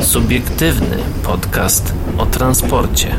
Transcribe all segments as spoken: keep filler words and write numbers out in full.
Subiektywny podcast o transporcie.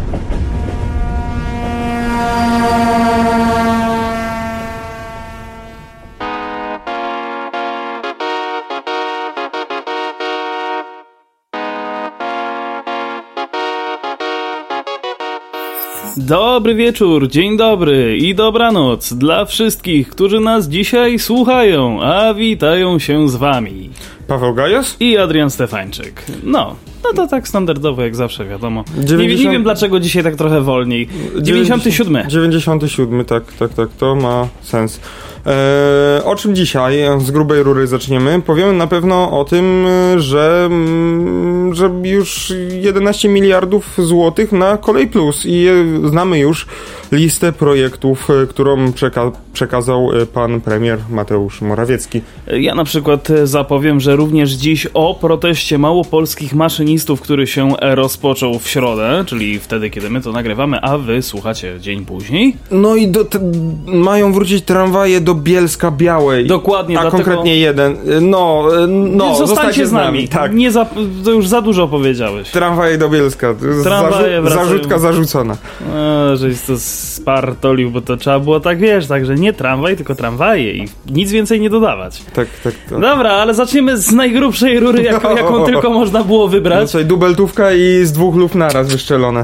Dobry wieczór, dzień dobry i dobranoc dla wszystkich, którzy nas dzisiaj słuchają, a witają się z wami Paweł Gajos i Adrian Stefańczyk. No, no to tak standardowo jak zawsze, wiadomo. dziewięćdziesiąt... Nie, nie wiem dlaczego dzisiaj tak trochę wolniej. dziewięćdziesiąty siódmy. dziewięćdziesiąty siódmy, tak, tak, tak, to ma sens. Eee, o czym dzisiaj z grubej rury zaczniemy? Powiemy na pewno o tym, że, że już jedenaście miliardów złotych na Kolej Plus i znamy już listę projektów, którą przeka- przekazał pan premier Mateusz Morawiecki. Ja na przykład zapowiem, że również dziś o proteście małopolskich maszynistów, który się rozpoczął w środę, czyli wtedy, kiedy my to nagrywamy, a wy słuchacie dzień później. No i do, t- mają wrócić tramwaje do Bielska Białej. Dokładnie. A dlatego... konkretnie jeden. No, no zostańcie, zostańcie z nami. nami. Tak. Nie za, to już za dużo powiedziałeś. Tramwaje do Bielska. Tramwaje Zarzu- zarzutka zarzucona. A, żeś to spartolił, bo to trzeba było tak, wiesz, także nie tramwaj, tylko tramwaje i nic więcej nie dodawać. Tak, tak, tak. Dobra, ale zaczniemy z najgrubszej rury, jaką, no. jaką tylko można było wybrać. No tutaj dubeltówka i z dwóch luf naraz wyszczelone.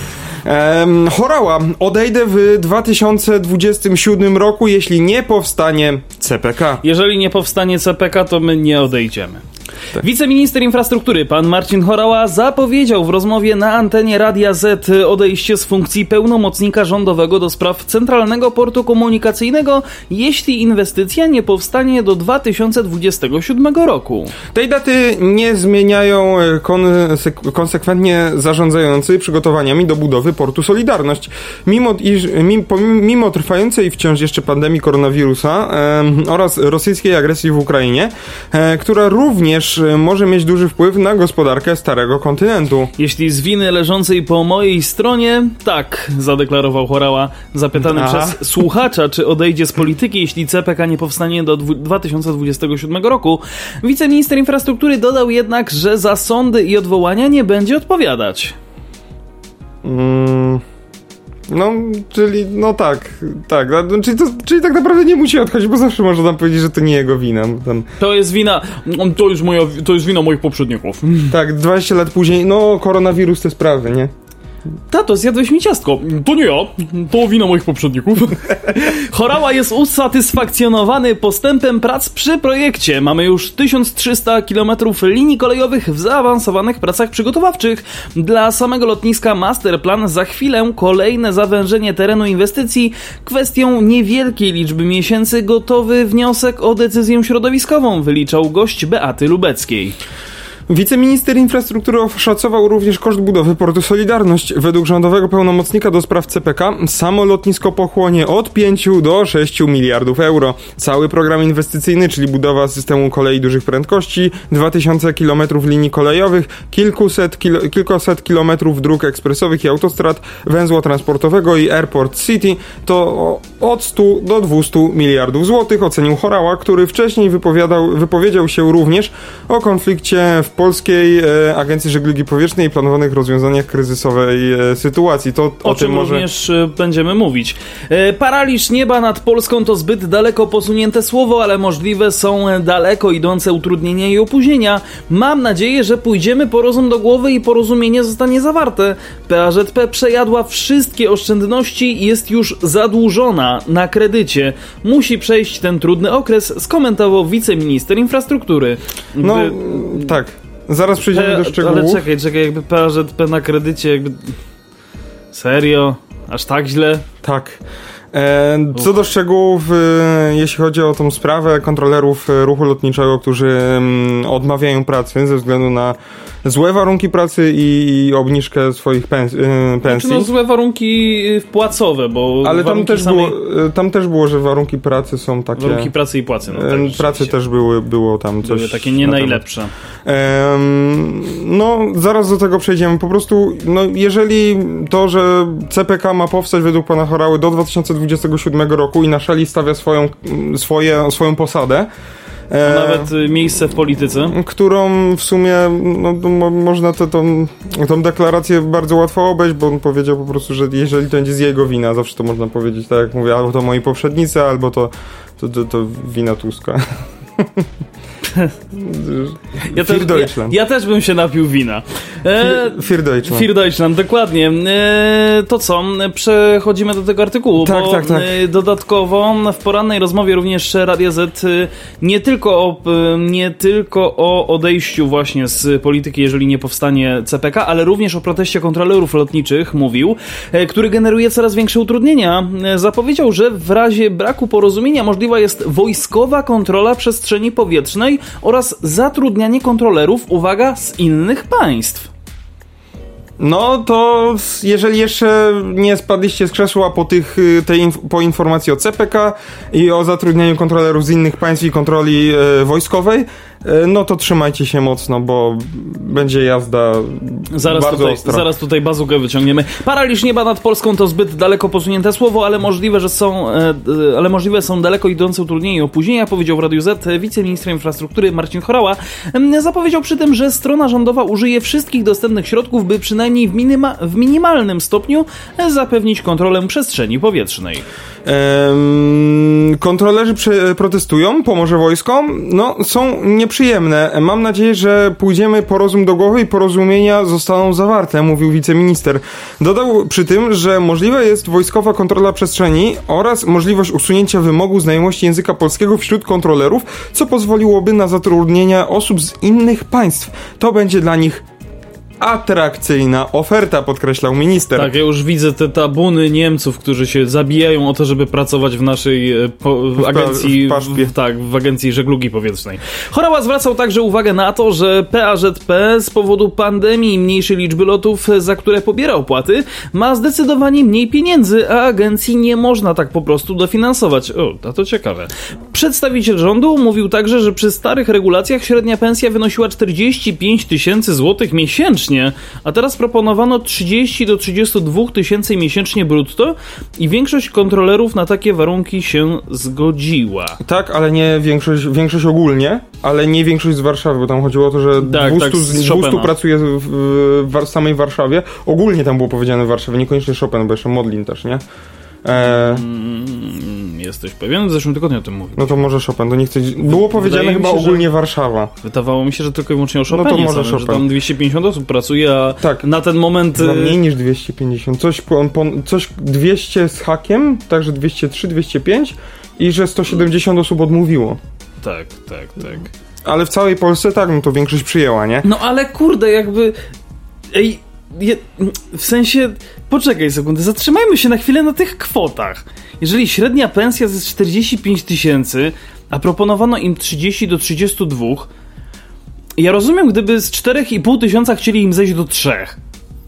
Um, Horała. Odejdę w dwa tysiące dwudziestym siódmym roku, jeśli nie powstanie C P K. Jeżeli nie powstanie C P K, to my nie odejdziemy. Tak. Wiceminister infrastruktury, pan Marcin Horała, zapowiedział w rozmowie na antenie Radia Z odejście z funkcji pełnomocnika rządowego do spraw Centralnego Portu Komunikacyjnego, jeśli inwestycja nie powstanie do dwa tysiące dwudziestego siódmego roku. Tej daty nie zmieniają konse- konsekwentnie zarządzający przygotowaniami do budowy portu Solidarność. Mimo, iż, mimo, mimo trwającej wciąż jeszcze pandemii koronawirusa e, oraz rosyjskiej agresji w Ukrainie, e, która również może mieć duży wpływ na gospodarkę starego kontynentu. Jeśli z winy leżącej po mojej stronie, tak, zadeklarował Horała, zapytany Aha. przez słuchacza, czy odejdzie z polityki, jeśli C P K nie powstanie do dwa tysiące dwudziestego siódmego roku. Wiceminister infrastruktury dodał jednak, że za sądy i odwołania nie będzie odpowiadać. Mm. No, czyli, no tak, tak, no, czyli, to, czyli tak naprawdę nie musi odchodzić, bo zawsze można tam powiedzieć, że to nie jego wina. Tam... To jest wina, to jest moja, to jest wina moich poprzedników. Tak, dwadzieścia lat później, no, koronawirus, te sprawy, nie? Tato, zjadłeś mi ciastko. To nie ja, to wina moich poprzedników. Horała jest usatysfakcjonowany postępem prac przy projekcie. Mamy już tysiąc trzysta kilometrów linii kolejowych w zaawansowanych pracach przygotowawczych. Dla samego lotniska Masterplan za chwilę kolejne zawężenie terenu inwestycji. Kwestią niewielkiej liczby miesięcy gotowy wniosek o decyzję środowiskową, wyliczał gość Beaty Lubeckiej. Wiceminister infrastruktury oszacował również koszt budowy portu Solidarność. Według rządowego pełnomocnika do spraw C P K samo lotnisko pochłonie od pięciu do sześciu miliardów euro. Cały program inwestycyjny, czyli budowa systemu kolei dużych prędkości, dwa tysiące kilometrów linii kolejowych, kilkuset, kilo, kilkuset kilometrów dróg ekspresowych i autostrad, węzła transportowego i Airport City, to od stu do dwustu miliardów złotych, ocenił Horała, który wcześniej wypowiadał, wypowiedział się również o konflikcie w Polskiej e, Agencji Żeglugi Powietrznej i planowanych rozwiązaniach kryzysowej e, sytuacji. To o, o tym czym może... również e, będziemy mówić. E, paraliż nieba nad Polską to zbyt daleko posunięte słowo, ale możliwe są daleko idące utrudnienia i opóźnienia. Mam nadzieję, że pójdziemy po rozum do głowy i porozumienie zostanie zawarte. P A Z P przejadła wszystkie oszczędności i jest już zadłużona na kredycie. Musi przejść ten trudny okres, skomentował wiceminister infrastruktury. No, By... tak. Zaraz przejdziemy P- do szczegółów. Ale czekaj, czekaj, jakby P A Z P na kredycie, jakby... Serio? Aż tak źle? Tak. E, co do szczegółów, e, jeśli chodzi o tą sprawę kontrolerów ruchu lotniczego, którzy m, odmawiają pracy ze względu na złe warunki pracy i, i obniżkę swoich pens- e, pensji. Znaczy no złe warunki płacowe, bo ale tam też, samej... było, tam też było, że warunki pracy są takie... Warunki pracy i płacy. No, tak, pracy też były, było tam coś... Były takie nie na najlepsze. E, no, zaraz do tego przejdziemy. Po prostu, no, jeżeli to, że C P K ma powstać według pana Horały do dwa tysiące dwudziestego siódmego roku i na szali stawia swoją, swoje, swoją posadę, E, nawet miejsce w polityce. Którą w sumie no, mo, można to, tą, tą deklarację bardzo łatwo obejść, bo on powiedział po prostu, że jeżeli to będzie z jego wina, zawsze to można powiedzieć, tak jak mówię, albo to moi poprzednicy, albo to, to, to, to wina Tuska. Ja też, ja, ja też bym się napił wina. E, Für Deutschland. Für Deutschland, dokładnie. E, to co? Przechodzimy do tego artykułu, tak, bo tak, tak. dodatkowo w porannej rozmowie również Radia Z nie tylko, o, nie tylko o odejściu właśnie z polityki, jeżeli nie powstanie C P K, ale również o proteście kontrolerów lotniczych mówił, który generuje coraz większe utrudnienia. Zapowiedział, że w razie braku porozumienia możliwa jest wojskowa kontrola przestrzeni powietrznej oraz zatrudnianie kontrolerów, uwaga, z innych państw. No to jeżeli jeszcze nie spadliście z krzesła po tych tej inf- po informacji o C P K i o zatrudnianiu kontrolerów z innych państw i kontroli e, wojskowej, e, no to trzymajcie się mocno, bo będzie jazda zaraz bardzo tutaj, ostra. Zaraz tutaj bazukę wyciągniemy. Paraliż nieba nad Polską to zbyt daleko posunięte słowo, ale możliwe, że są, e, ale możliwe są daleko idące utrudnienia i opóźnienia, powiedział w Radiu Z wiceminister infrastruktury Marcin Horała. E, zapowiedział przy tym, że strona rządowa użyje wszystkich dostępnych środków, by przynajmniej w, minima, w minimalnym stopniu zapewnić kontrolę przestrzeni powietrznej. Ehm, kontrolerzy prze- protestują, pomoże wojskom, no są nieprzyjemne. Mam nadzieję, że pójdziemy po rozum do głowy i porozumienia zostaną zawarte, mówił wiceminister. Dodał przy tym, że możliwa jest wojskowa kontrola przestrzeni oraz możliwość usunięcia wymogu znajomości języka polskiego wśród kontrolerów, co pozwoliłoby na zatrudnienie osób z innych państw. To będzie dla nich atrakcyjna oferta, podkreślał minister. Tak, ja już widzę te tabuny Niemców, którzy się zabijają o to, żeby pracować w naszej po, w agencji, w, w, tak, w agencji żeglugi powietrznej. Horała zwracał także uwagę na to, że P A Z P z powodu pandemii i mniejszej liczby lotów, za które pobiera opłaty, ma zdecydowanie mniej pieniędzy, a agencji nie można tak po prostu dofinansować. O, a to ciekawe. Przedstawiciel rządu mówił także, że przy starych regulacjach średnia pensja wynosiła czterdzieści pięć tysięcy złotych miesięcznie, a teraz proponowano trzydzieści do trzydziestu dwóch tysięcy miesięcznie brutto i większość kontrolerów na takie warunki się zgodziła. Tak, ale nie większość, większość ogólnie, ale nie większość z Warszawy, bo tam chodziło o to, że tak, dwieście, tak, z dwieście pracuje w, w, w samej Warszawie. Ogólnie tam było powiedziane w Warszawie, niekoniecznie Chopin, bo jeszcze Modlin też, nie? E... Mm, jesteś pewien? W zeszłym tygodniu o tym mówił. No to może Chopin, to nie chcę... Było powiedziane Wydaje chyba się, ogólnie że... Warszawa. Wydawało mi się, że tylko i wyłącznie o Chopinie. No to może samym, Chopin. że tam dwieście pięćdziesiąt osób pracuje, a tak. na ten moment... Chyba mniej niż dwieście pięćdziesiąt. Coś, po, po, coś dwieście z hakiem, także dwieście trzy, dwieście pięć i że sto siedemdziesiąt osób odmówiło. Tak, tak, tak. Ale w całej Polsce tak, no to większość przyjęła, nie? No ale kurde, jakby... Ej, je... w sensie... Poczekaj sekundę, zatrzymajmy się na chwilę na tych kwotach. Jeżeli średnia pensja to jest czterdzieści pięć tysięcy, a proponowano im trzydzieści do trzydziestu dwóch, ja rozumiem, gdyby z czterech i pół tysiąca chcieli im zejść do trzech.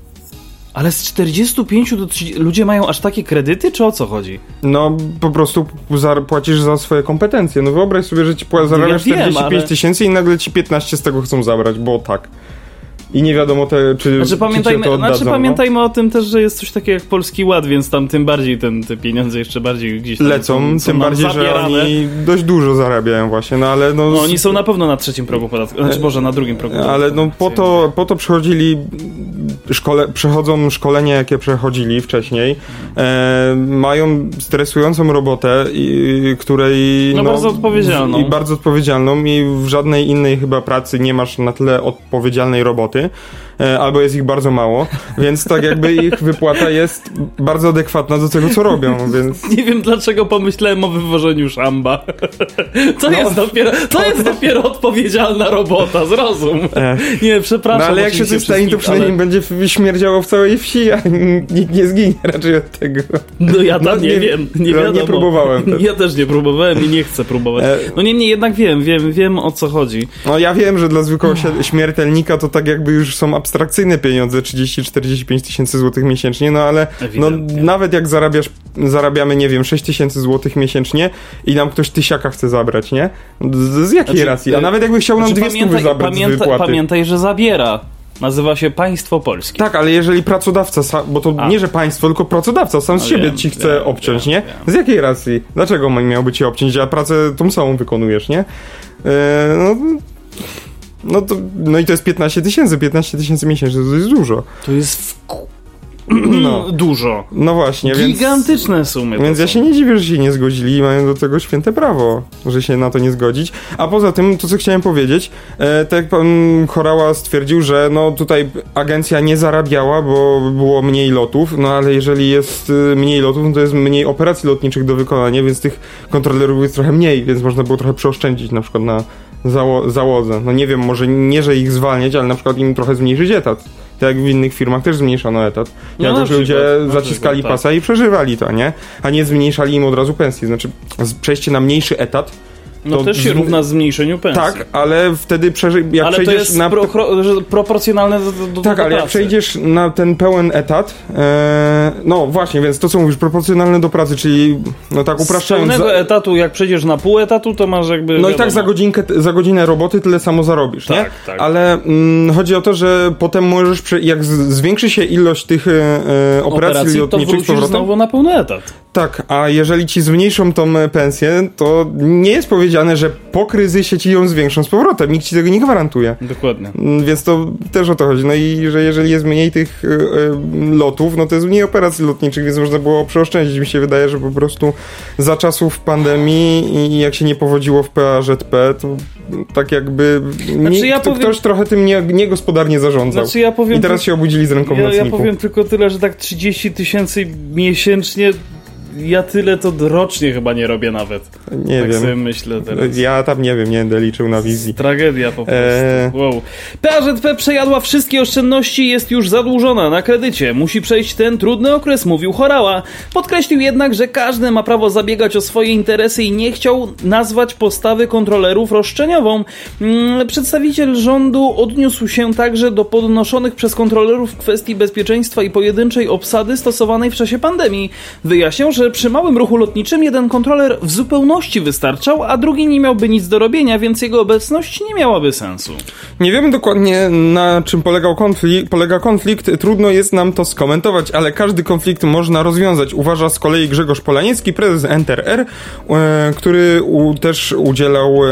Ale z czterdziestu pięciu do trzydziestu... Ludzie mają aż takie kredyty, czy o co chodzi? No, po prostu za, płacisz za swoje kompetencje. No wyobraź sobie, że ci zarabiasz ja czterdzieści pięć tysięcy ale... i nagle ci piętnaście z tego chcą zabrać, bo tak. I nie wiadomo, te, czy, znaczy, pamiętajmy, czy to oddadzą. Znaczy pamiętajmy no? o tym też, że jest coś takiego jak Polski Ład, więc tam tym bardziej ten, te pieniądze jeszcze bardziej gdzieś tam lecą, są, są tym bardziej, zabierane. Że oni dość dużo zarabiają właśnie, no ale no... no oni są na pewno na trzecim progu podatku, znaczy może na drugim progu podatku. Ale no po to, po to przechodzili szkole, przechodzą szkolenia, jakie przechodzili wcześniej, e, mają stresującą robotę, i, której... No, no bardzo odpowiedzialną. I bardzo odpowiedzialną i w żadnej innej chyba pracy nie masz na tyle odpowiedzialnej roboty, albo jest ich bardzo mało, więc tak jakby ich wypłata jest bardzo adekwatna do tego, co robią, więc... Nie wiem, dlaczego pomyślałem o wywożeniu szamba. To, no. jest, dopiero, to jest dopiero odpowiedzialna robota, zrozum. Ech. Nie, przepraszam. No ale jak się coś stanie, to przynajmniej ale... będzie śmierdziało w całej wsi, a nikt nie zginie raczej od tego. No ja tam no, nie, nie wiem, nie wiadomo. Nie próbowałem. Też. Ja też nie próbowałem i nie chcę próbować. No niemniej jednak wiem, wiem, wiem o co chodzi. No ja wiem, że dla zwykłego śmiertelnika to tak jakby już są abstrakcyjne pieniądze, trzydzieści czterdzieści pięć tysięcy złotych miesięcznie, no ale no, nawet jak zarabiasz, zarabiamy, nie wiem, sześć tysięcy złotych miesięcznie i nam ktoś tysiaka chce zabrać, nie? Z, z jakiej znaczy, racji? A nawet jakby chciał nam znaczy, dwie stówy zabrać pamięta, z wypłaty. Pamiętaj, że zabiera. Nazywa się państwo polskie. Tak, ale jeżeli pracodawca, bo to A. nie, że państwo, tylko pracodawca sam z no siebie wiem, ci chce wiem, obciąć, wiem, nie? Wiem. Z jakiej racji? Dlaczego miałby ci obciąć, a pracę tą samą wykonujesz, nie? E, no, no, to, no i to jest piętnaście tysięcy, piętnaście tysięcy miesięcznie, to jest dużo. To jest w... No. Dużo. No właśnie, gigantyczne więc, sumy. Więc ja się nie dziwię, że się nie zgodzili i mają do tego święte prawo, że się na to nie zgodzić. A poza tym, to co chciałem powiedzieć, e, tak jak pan Horała stwierdził, że no tutaj agencja nie zarabiała, bo było mniej lotów, no ale jeżeli jest mniej lotów, no to jest mniej operacji lotniczych do wykonania, więc tych kontrolerów jest trochę mniej, więc można było trochę przeoszczędzić na przykład na zało- załodze. No nie wiem, może nie, że ich zwalniać, ale na przykład im trochę zmniejszyć etat. Tak jak w innych firmach też zmniejszono etat. No jako, że ludzie przykład, zaciskali przykład, pasa tak. i przeżywali to, nie? A nie zmniejszali im od razu pensji. Znaczy, przejście na mniejszy etat No to też się z... równa zmniejszeniu pensji. Tak, ale wtedy przeży... jak ale przejdziesz to jest na... pro, pro, że proporcjonalne do, do, Tak, do ale jak pracy. przejdziesz na ten pełen etat, e... no właśnie, więc to co mówisz, proporcjonalne do pracy, czyli no tak upraszczając... Z pełnego za... etatu, jak przejdziesz na pół etatu, to masz jakby... No wiadomo. i tak za godzinkę, za godzinę roboty tyle samo zarobisz, tak, nie? Tak, Ale mm, chodzi o to, że potem możesz, prze... jak z... zwiększy się ilość tych e, operacji, operacji, lotniczych to z wrócisz powrotem... znowu na pełny etat. Tak, a jeżeli ci zmniejszą tą pensję, to nie jest powiedziane, że po kryzysie ci ją zwiększą z powrotem. Nikt ci tego nie gwarantuje. Dokładnie. Więc to też o to chodzi. No i że jeżeli jest mniej tych y, y, lotów, no to jest mniej operacji lotniczych, więc można było przeoszczędzić. Mi się wydaje, że po prostu za czasów pandemii i jak się nie powodziło w P A Z P, to tak jakby Znaczy, nie, ja kto, powiem... ktoś trochę tym nie, niegospodarnie zarządzał. Znaczy, ja powiem I teraz się obudzili z ręką w ja, nocniku. ja powiem tylko tyle, że tak trzydzieści tysięcy miesięcznie, ja tyle to rocznie chyba nie robię nawet. Nie tak wiem. sobie myślę teraz. Ja tam nie wiem, nie będę liczył na wizji. Tragedia po prostu. Eee. Wow. P A Z P przejadła wszystkie oszczędności, jest już zadłużona na kredycie. Musi przejść ten trudny okres, mówił Horała. Podkreślił jednak, że każdy ma prawo zabiegać o swoje interesy i nie chciał nazwać postawy kontrolerów roszczeniową. Hmm, przedstawiciel rządu odniósł się także do podnoszonych przez kontrolerów kwestii bezpieczeństwa i pojedynczej obsady stosowanej w czasie pandemii. Wyjaśniał, że przy małym ruchu lotniczym jeden kontroler w zupełności wystarczał, a drugi nie miałby nic do robienia, więc jego obecność nie miałaby sensu. Nie wiemy dokładnie, na czym polegał konflikt, polega konflikt, trudno jest nam to skomentować, ale każdy konflikt można rozwiązać, uważa z kolei Grzegorz Polaniecki, prezes N T R R, e, który u, też udzielał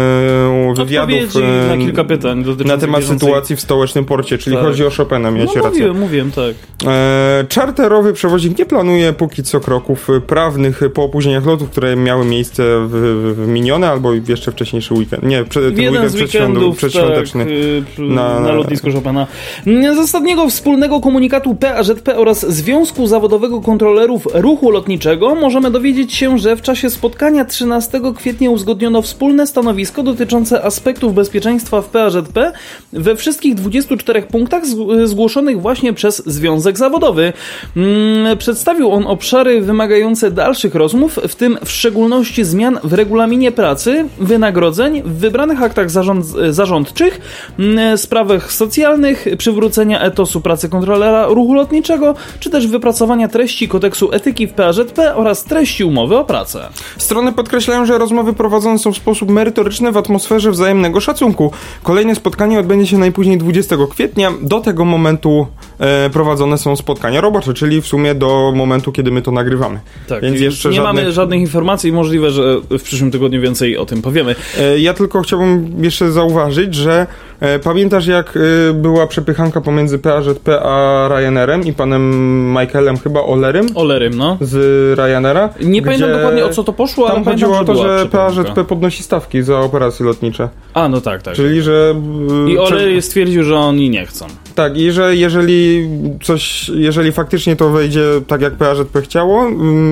e, wywiadów e, na kilka pytań na temat bieżącej... sytuacji w stołecznym porcie, czyli tak. chodzi o Chopina, miałeś no, rację. Mówiłem, mówiłem, tak. E, czarterowy przewoźnik nie planuje póki co kroków prawnych po opóźnieniach lotów, które miały miejsce w, w, w miniony albo jeszcze wcześniejszy weekend. Nie, przed, ten Jeden weekend z weekendów, przedświąteczny. Tak, na, na lotnisku Chopina. Z ostatniego wspólnego komunikatu P A Z P oraz Związku Zawodowego Kontrolerów Ruchu Lotniczego możemy dowiedzieć się, że w czasie spotkania trzynastego kwietnia uzgodniono wspólne stanowisko dotyczące aspektów bezpieczeństwa w P A Z P we wszystkich dwudziestu czterech punktach zgłoszonych właśnie przez Związek Zawodowy. Przedstawił on obszary wymagające dalszych rozmów, w tym w szczególności zmian w regulaminie pracy, wynagrodzeń, w wybranych aktach zarząd, zarządczych, sprawach socjalnych, przywrócenia etosu pracy kontrolera ruchu lotniczego, czy też wypracowania treści kodeksu etyki w P A Z P oraz treści umowy o pracę. Strony podkreślają, że rozmowy prowadzone są w sposób merytoryczny w atmosferze wzajemnego szacunku. Kolejne spotkanie odbędzie się najpóźniej dwudziestego kwietnia. Do tego momentu e, prowadzone są spotkania robocze, czyli w sumie do momentu, kiedy my to nagrywamy. Tak, więc jeszcze nie żadnych... mamy żadnych informacji, możliwe, że w przyszłym tygodniu więcej o tym powiemy. E, ja tylko chciałbym jeszcze zauważyć, że e, pamiętasz jak e, była przepychanka pomiędzy P A Z P a Ryanairem i panem Michaelem chyba Olerym? Olerym, no. Z Ryanaira? Nie pamiętam dokładnie o co to poszło, tam ale chodziło pamiętam, o to, że, że P A Z P podnosi stawki za operacje lotnicze. A, no tak, tak. Czyli, że... I Olery stwierdził, że oni nie chcą. Tak, i że jeżeli coś, jeżeli faktycznie to wejdzie tak jak P A Z P chciało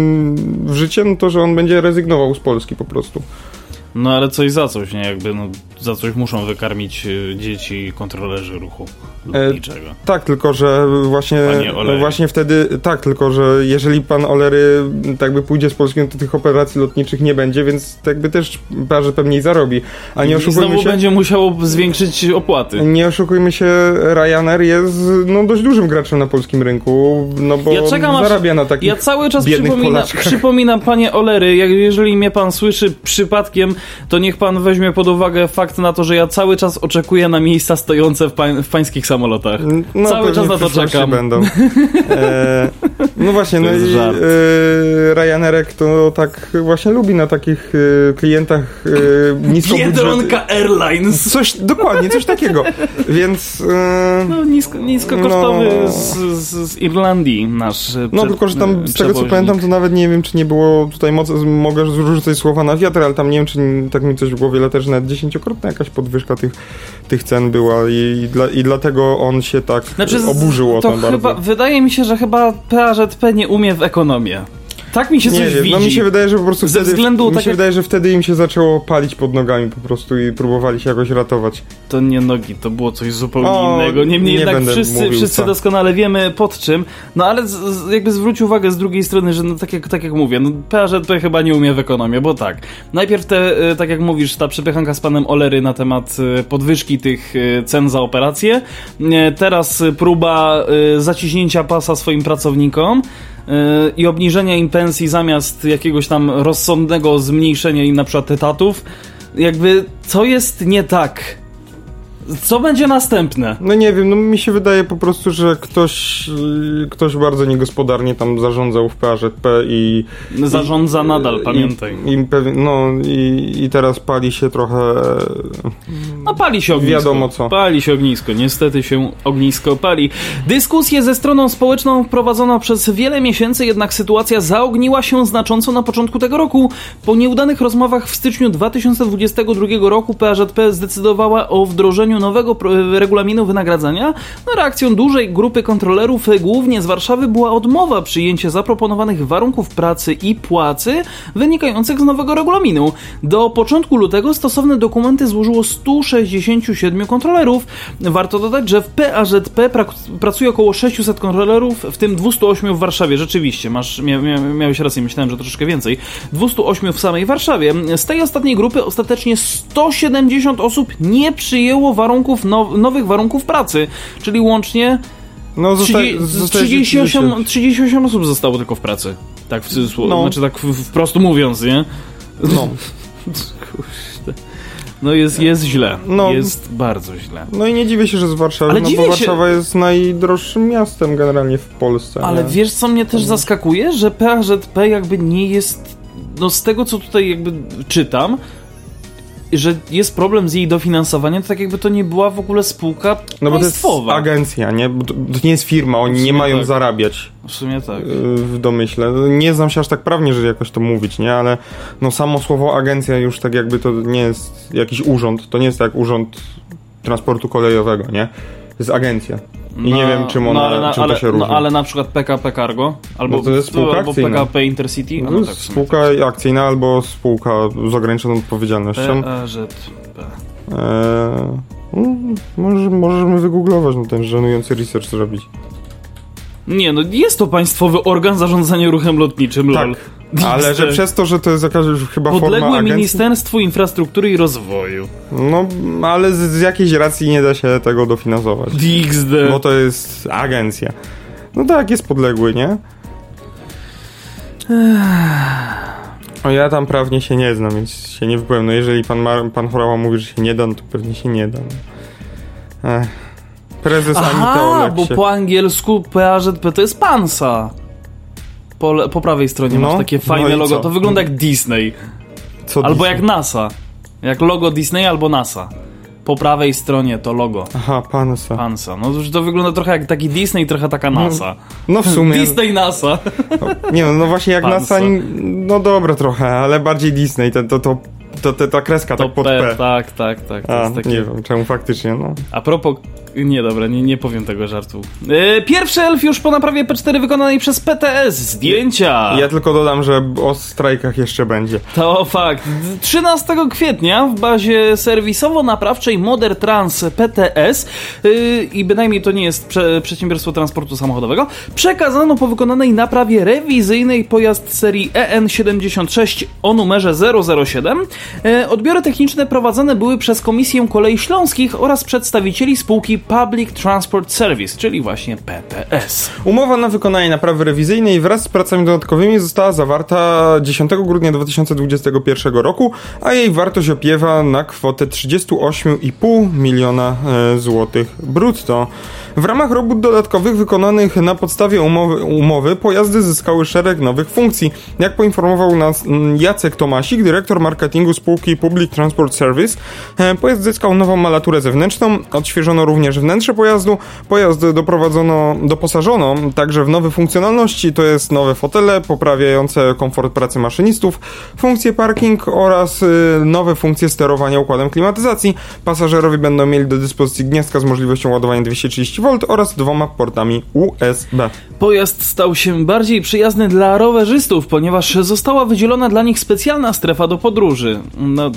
w życie, no to że on będzie rezygnował z Polski po prostu. No ale coś za coś, nie? Jakby no, za coś muszą wykarmić y, dzieci kontrolerzy ruchu lotniczego. E, tak, tylko że właśnie, właśnie wtedy, tak, tylko że jeżeli pan Olery tak by pójdzie z Polski, no to tych operacji lotniczych nie będzie, więc tak by też P A Z P mniej zarobi. A nie I oszukujmy znowu się, będzie musiało zwiększyć opłaty. Nie oszukujmy się, Ryanair jest no, dość dużym graczem na polskim rynku, no bo ja czekam, zarabia na takich Ja cały czas biednych przypomina, Polaczkach. przypominam, panie Olery, jak, jeżeli mnie pan słyszy przypadkiem, to niech pan weźmie pod uwagę fakt, fakt na to, że ja cały czas oczekuję na miejsca stojące w, pań, w pańskich samolotach. No, cały czas na to czekam. Będą. E, no właśnie, no i e, Ryanairek to tak właśnie lubi na takich e, klientach e, niskobudżetowych. Biedronka Airlines. Coś, dokładnie, coś takiego. Więc... E, no nisko, niskokosztowy no, z, z, z Irlandii nasz No przed, tylko, że tam z tego co pamiętam, to nawet nie wiem, czy nie było tutaj mocy, mogę rzucać słowa na wiatr, ale tam nie wiem, czy tak mi coś w głowie lata, że nawet dziesięciokrotna jakaś podwyżka tych, tych cen była i, i, dla, i dlatego on się tak znaczy, oburzył o to chyba, bardzo. Wydaje mi się, że chyba P A Z P nie umie w ekonomię. Tak mi się nie coś wiem, widzi. No mi się wydaje, że po prostu Ze wtedy, względu mi tak się jak... wydaje, że wtedy im się zaczęło palić pod nogami po prostu i próbowali się jakoś ratować. To nie nogi, to było coś zupełnie o, innego. Niemniej nie jednak wszyscy, wszyscy doskonale wiemy pod czym. No ale z, z, jakby zwróć uwagę z drugiej strony, że no, tak, jak, tak jak mówię, no, P A Z P chyba nie umie w ekonomię, bo tak. Najpierw te, tak jak mówisz, ta przepychanka z panem Olery na temat podwyżki tych cen za operacje. Teraz próba zaciśnięcia pasa swoim pracownikom i obniżenia im pensji zamiast jakiegoś tam rozsądnego zmniejszenia im na przykład etatów. Jakby, co jest nie tak? Co będzie następne? No nie wiem, no mi się wydaje po prostu, że ktoś ktoś bardzo niegospodarnie tam zarządzał w P A Z P i... Zarządza i, nadal, i, pamiętaj. I, pewien, no i, i teraz pali się trochę... No pali się ognisko. Wiadomo co. Pali się ognisko, niestety się ognisko pali. Dyskusje ze stroną społeczną prowadzono przez wiele miesięcy, jednak sytuacja zaogniła się znacząco na początku tego roku. Po nieudanych rozmowach w styczniu dwa tysiące dwudziestego drugiego roku P A Z P zdecydowała o wdrożeniu nowego regulaminu wynagradzania. No, reakcją dużej grupy kontrolerów, głównie z Warszawy, była odmowa przyjęcia zaproponowanych warunków pracy i płacy wynikających z nowego regulaminu. Do początku lutego stosowne dokumenty złożyło sto sześćdziesiąt siedem kontrolerów. Warto dodać, że w P A Z P pra- pracuje około sześćset kontrolerów, w tym dwieście osiem w Warszawie. Rzeczywiście, masz, mia- mia- miałeś rację, myślałem, że troszeczkę więcej. dwieście osiem w samej Warszawie. Z tej ostatniej grupy ostatecznie sto siedemdziesiąt osób nie przyjęło warunków now- nowych warunków pracy, czyli łącznie no, zostaje, trzydzieści osiem, trzydzieści osiem osób zostało tylko w pracy. Tak w cudzysłowie, no. Znaczy tak wprost mówiąc, nie? No. No jest, jest źle. No. Jest bardzo źle. No i nie dziwię się, że z Warszawy, ale no bo Warszawa się... jest najdroższym miastem generalnie w Polsce. Ale nie? Wiesz, co mnie też zaskakuje? Że P A Z P jakby nie jest... No z tego, co tutaj jakby czytam, że jest problem z jej dofinansowaniem, to tak jakby to nie była w ogóle spółka no państwowa. Bo to jest agencja, nie? Bo to, to nie jest firma, oni nie mają tak. zarabiać. W sumie tak. W domyśle. Nie znam się aż tak prawnie, żeby jakoś to mówić, nie? Ale no samo słowo agencja już tak jakby to nie jest jakiś urząd. To nie jest jak urząd transportu kolejowego, nie? To jest agencja. I no, nie wiem, czym ona, no, na, czym ale, to się różni. No ale na przykład P K P Cargo, albo, no to jest spółka albo P K P Intercity. No, no, tak, spółka tak. akcyjna albo spółka z ograniczoną odpowiedzialnością. P A Z P. Eee, no, może, możemy wygooglować, no ten żenujący research zrobić. Nie, no jest to państwowy organ zarządzania ruchem lotniczym, tak, lol. Ale że przez to, że to jest jakaś już chyba forma agencji... Podległe Ministerstwu Infrastruktury i Rozwoju. No, ale z, z jakiejś racji nie da się tego dofinansować. X D. Bo to jest agencja. No tak, jest podległy, nie? O, ja tam prawnie się nie znam, więc się nie wypowiem. No jeżeli pan, Mar- pan Horała mówi, że się nie da, no to pewnie się nie da. Ech. Prezes Aha, Anita Olek bo się... po angielsku P A Z P to jest pansa. Po, le- po prawej stronie no, masz takie fajne no logo. Co? To wygląda jak Disney. Co albo Disney? Jak NASA. Jak logo Disney albo NASA. Po prawej stronie to logo. Aha, Pansa. Pansa. No to, to wygląda trochę jak taki Disney, trochę taka NASA. No, no w sumie. Disney NASA. No, nie no, no właśnie jak Pansa. NASA, no dobra trochę, ale bardziej Disney, to, to, to, to, to ta kreska to tak pod P. P. Tak, tak, tak. To A, jest takie... nie wiem, czemu faktycznie, no. A propos... Nie, dobra, nie, nie powiem tego żartu. Yy, pierwszy elf już po naprawie P cztery wykonanej przez P T S. Zdjęcia! Ja tylko dodam, że o strajkach jeszcze będzie. To fakt. trzynastego kwietnia w bazie serwisowo-naprawczej Moder Trans P T S yy, i bynajmniej to nie jest prze, przedsiębiorstwo transportu samochodowego, przekazano po wykonanej naprawie rewizyjnej pojazd serii E N siedemdziesiąt sześć o numerze zero zero siedem. E, odbiory techniczne prowadzone były przez Komisję Kolei Śląskich oraz przedstawicieli spółki Public Transport Service, czyli właśnie P T S. Umowa na wykonanie naprawy rewizyjnej wraz z pracami dodatkowymi została zawarta dziesiątego grudnia dwa tysiące dwudziestego pierwszego roku, a jej wartość opiewa na kwotę trzydzieści osiem i pół miliona e, złotych brutto. W ramach robót dodatkowych wykonanych na podstawie umowy, umowy pojazdy zyskały szereg nowych funkcji. Jak poinformował nas Jacek Tomasik, dyrektor marketingu spółki Public Transport Service, e, pojazd zyskał nową malaturę zewnętrzną, odświeżono również wnętrze pojazdu, pojazd doprowadzono, doposażono także w nowe funkcjonalności, to jest nowe fotele poprawiające komfort pracy maszynistów, funkcje parking oraz y, nowe funkcje sterowania układem klimatyzacji. Pasażerowie będą mieli do dyspozycji gniazdka z możliwością ładowania dwieście trzydzieści wolt oraz dwoma portami U S B. Pojazd stał się bardziej przyjazny dla rowerzystów, ponieważ została wydzielona dla nich specjalna strefa do podróży. No...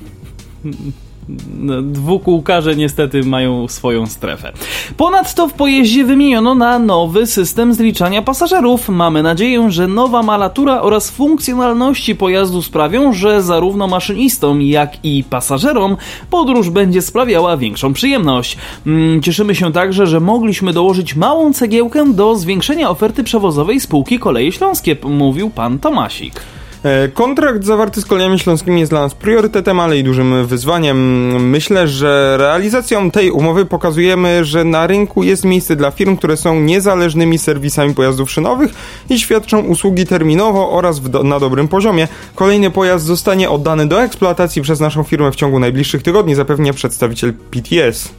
Dwukółkarze niestety mają swoją strefę. Ponadto w pojeździe wymieniono na nowy system zliczania pasażerów. Mamy nadzieję, że nowa malatura oraz funkcjonalności pojazdu sprawią, że zarówno maszynistom, jak i pasażerom podróż będzie sprawiała większą przyjemność. Cieszymy się także, że mogliśmy dołożyć małą cegiełkę do zwiększenia oferty przewozowej spółki Koleje Śląskie, mówił pan Tomasik. Kontrakt zawarty z Kolejami Śląskimi jest dla nas priorytetem, ale i dużym wyzwaniem. Myślę, że realizacją tej umowy pokazujemy, że na rynku jest miejsce dla firm, które są niezależnymi serwisami pojazdów szynowych i świadczą usługi terminowo oraz do, na dobrym poziomie. Kolejny pojazd zostanie oddany do eksploatacji przez naszą firmę w ciągu najbliższych tygodni, zapewnia przedstawiciel P T S.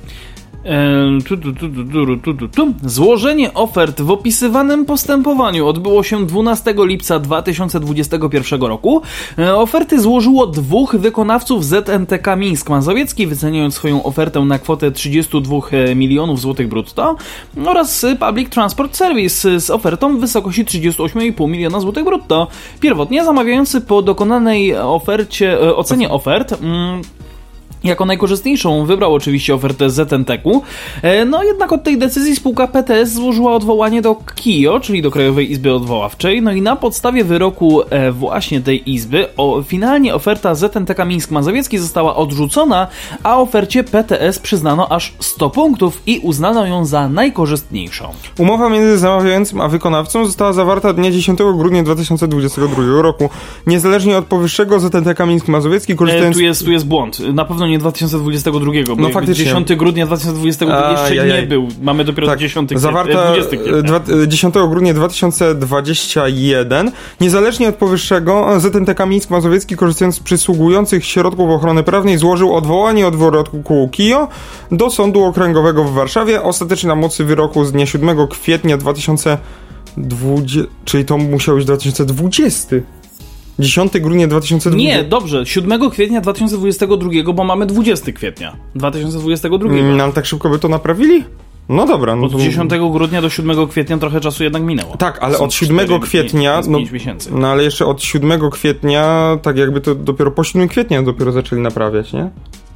Złożenie ofert w opisywanym postępowaniu odbyło się dwunastego lipca dwa tysiące dwudziestego pierwszego roku. Oferty złożyło dwóch wykonawców Z N T K Mińsk Mazowiecki, wyceniając swoją ofertę na kwotę trzydzieści dwa milionów złotych brutto, oraz Public Transport Service z ofertą w wysokości trzydzieści osiem i pół miliona złotych brutto. Pierwotnie zamawiający po dokonanej ofercie, ocenie ofert mm, jako najkorzystniejszą wybrał oczywiście ofertę Z N T K-u, no jednak od tej decyzji spółka P T S złożyła odwołanie do K I O, czyli do Krajowej Izby Odwoławczej, no i na podstawie wyroku e, właśnie tej izby o, finalnie oferta Z N T K Mińsk Mazowiecki została odrzucona, a ofercie P T S przyznano aż sto punktów i uznano ją za najkorzystniejszą. Umowa między zamawiającym a wykonawcą została zawarta dnia dziesiątego grudnia dwa tysiące dwudziestego drugiego roku. Niezależnie od powyższego Z N T K Mińsk Mazowiecki korzystając... E, tu, jest, tu jest błąd. Na pewno nie dwa tysiące dwudziestego drugiego, bo no faktycznie. dziesiątego grudnia dwa tysiące dwudziestego drugiego jeszcze jaj, jaj. nie był. Mamy dopiero tak, dziesiątego zawarta dziesiątego grudnia dwa tysiące dwudziestego pierwszego. Niezależnie od powyższego Z N T K Mińsk Mazowiecki, korzystając z przysługujących środków ochrony prawnej, złożył odwołanie od wyroku K I O do Sądu Okręgowego w Warszawie. Ostatecznie na mocy wyroku z dnia siódmego kwietnia dwa tysiące dwudziestego, czyli to musiał być dwa tysiące dwudziesty. dziesiątego grudnia dwa tysiące dwudziestego. Nie, dobrze, siódmego kwietnia dwa tysiące dwudziestego drugiego, bo mamy dwudziestego kwietnia dwa tysiące dwudziestego drugiego. No ale tak szybko by to naprawili? No dobra. No od to... dziesiątego grudnia do siódmego kwietnia trochę czasu jednak minęło. Tak, ale Są od siódmego kwietnia... No, pięć miesięcy. No ale jeszcze od siódmego kwietnia, tak jakby to dopiero po siódmego kwietnia dopiero zaczęli naprawiać, nie?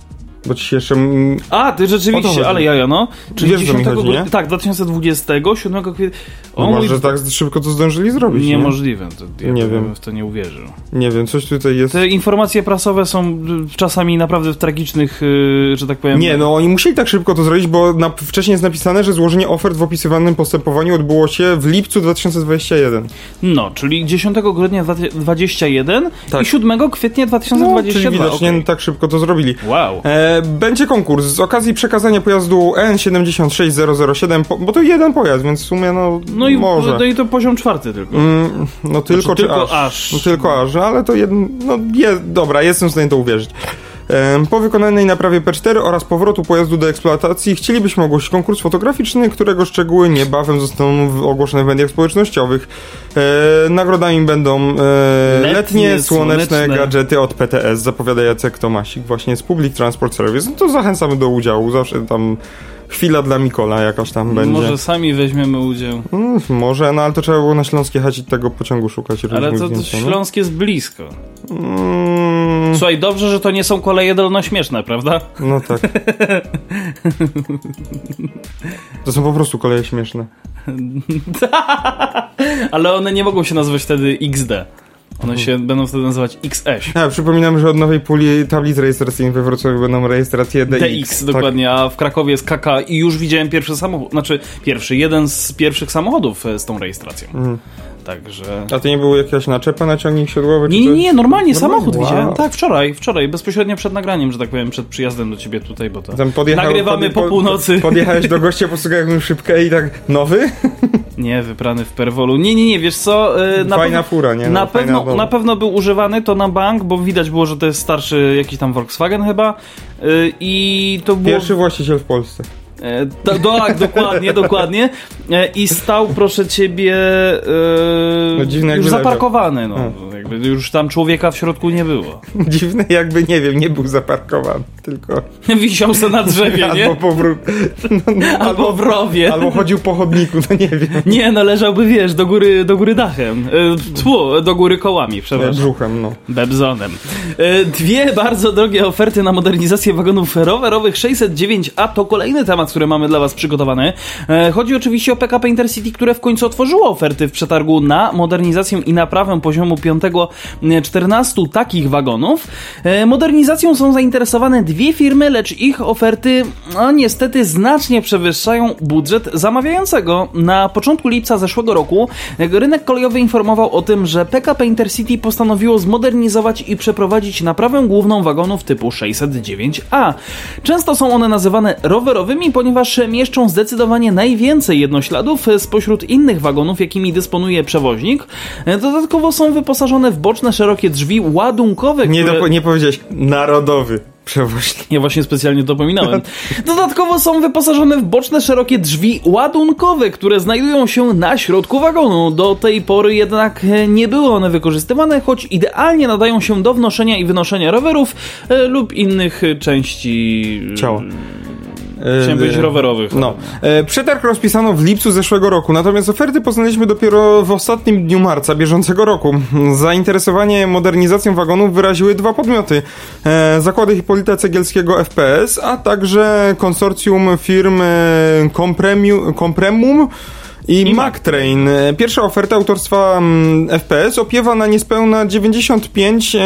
Bo ci się jeszcze... A, ty rzeczywiście, ale jaja, no. Czyli wiesz, dziesiątego chodzi, nie? Tak, dwa tysiące dwudziestego, siódmego kwietnia... No może mój... tak szybko to zdążyli zrobić, Niemożliwe, to ja nie bym wiem. w to nie uwierzył. Nie wiem, coś tutaj jest... Te informacje prasowe są czasami naprawdę w tragicznych, że tak powiem... Nie, no oni musieli tak szybko to zrobić, bo na, wcześniej jest napisane, że złożenie ofert w opisywanym postępowaniu odbyło się w lipcu dwa tysiące dwudziestego pierwszego. No, czyli dziesiątego grudnia dwa tysiące dwudziestego pierwszego tak. I siódmego kwietnia dwa tysiące dwudziestego drugiego. No, czyli widocznie okay. tak szybko to zrobili. Wow. E, będzie konkurs. Z okazji przekazania pojazdu N siedemdziesiąt sześć zero zero siedem, bo to jeden pojazd, więc w sumie no, no i, może. No i to poziom czwarty tylko. Mm, no tylko znaczy, czy tylko aż. aż. No, tylko aż, ale to jeden, no je, dobra, jestem w stanie to uwierzyć. Po wykonanej naprawie P cztery oraz powrotu pojazdu do eksploatacji chcielibyśmy ogłosić konkurs fotograficzny, którego szczegóły niebawem zostaną ogłoszone w mediach społecznościowych. E, nagrodami będą e, letnie, letnie słoneczne, słoneczne gadżety od P T S, zapowiada Jacek Tomasik właśnie z Public Transport Service. No to zachęcamy do udziału, zawsze tam chwila dla Mikola jakaś tam będzie. Może sami weźmiemy udział. Mm, może, no ale to trzeba było na Śląskie jechać i tego pociągu szukać. Ale to, to Śląskie jest blisko. Mm. Słuchaj, dobrze, że to nie są koleje dolnośmieszne, prawda? No tak. To są po prostu koleje śmieszne. Ale one nie mogą się nazywać wtedy X D. One się będą wtedy nazywać X S. A, przypominam, że od nowej puli tablic rejestracyjnych we Wrocławiu będą rejestracje D X. D X, dokładnie, tak. A w Krakowie jest K K i już widziałem pierwszy samochód, znaczy pierwszy, jeden z pierwszych samochodów z tą rejestracją. Mm. Także... A to nie było jakaś naczepa na ciągnik siodłowy? Nie, nie, nie, normalnie, normalnie samochód wow. widziałem. Tak, wczoraj, wczoraj, bezpośrednio przed nagraniem, że tak powiem, przed przyjazdem do ciebie tutaj, bo to podjechał, nagrywamy pod, po północy. Podjechałeś do gościa, posłuchaj jakąś szybkę i tak, nowy? Nie, wyprany w Perwolu. Nie, nie, nie, wiesz co? Yy, na fajna pewno, fura, nie? No, na, pewno, na pewno był używany to na bank, bo widać było, że to jest starszy jakiś tam Volkswagen chyba. Yy, I to było... Pierwszy właściciel w Polsce. E, do, do, tak, dokładnie, dokładnie. E, I stał, proszę ciebie, e, no dziwne, już zaparkowany. No. Jakby już tam człowieka w środku nie było. Dziwne, jakby, nie wiem, nie był zaparkowany, tylko... Wisiał se na drzewie, nie? Albo, powró... no, no, albo, albo w rowie. Albo chodził po chodniku, no nie wiem. Nie, no leżałby, wiesz, do góry, do góry dachem. E, tfu, do góry kołami, przepraszam. Brzuchem, no. Bebzonem. E, dwie bardzo drogie oferty na modernizację wagonów rowerowych sześćset dziewięć A to kolejny temat, które mamy dla was przygotowane. E, chodzi oczywiście o P K P Intercity, które w końcu otworzyło oferty w przetargu na modernizację i naprawę poziomu piątego czternastu takich wagonów. E, modernizacją są zainteresowane dwie firmy, lecz ich oferty no, niestety znacznie przewyższają budżet zamawiającego. Na początku lipca zeszłego roku rynek kolejowy informował o tym, że P K P Intercity postanowiło zmodernizować i przeprowadzić naprawę główną wagonów typu sześćset dziewięć A. Często są one nazywane rowerowymi, ponieważ mieszczą zdecydowanie najwięcej jednośladów spośród innych wagonów, jakimi dysponuje przewoźnik. Dodatkowo są wyposażone w boczne, szerokie drzwi ładunkowe, nie, które... do, nie powiedziałeś narodowy przewoźnik. Ja właśnie specjalnie dopominałem. Dodatkowo są wyposażone w boczne, szerokie drzwi ładunkowe, które znajdują się na środku wagonu. Do tej pory jednak nie były one wykorzystywane, choć idealnie nadają się do wnoszenia i wynoszenia rowerów e, lub innych części ciała. Chciałem powiedzieć rowerowych. No. E, przetarg rozpisano w lipcu zeszłego roku, natomiast oferty poznaliśmy dopiero w ostatnim dniu marca bieżącego roku. Zainteresowanie modernizacją wagonów wyraziły dwa podmioty. E, Zakłady Hipolita Cegielskiego F P S, a także konsorcjum firm Compremium, Compremum i, I MacTrain. Pierwsza oferta autorstwa F P S opiewa na niespełna dziewięćdziesiąt pięć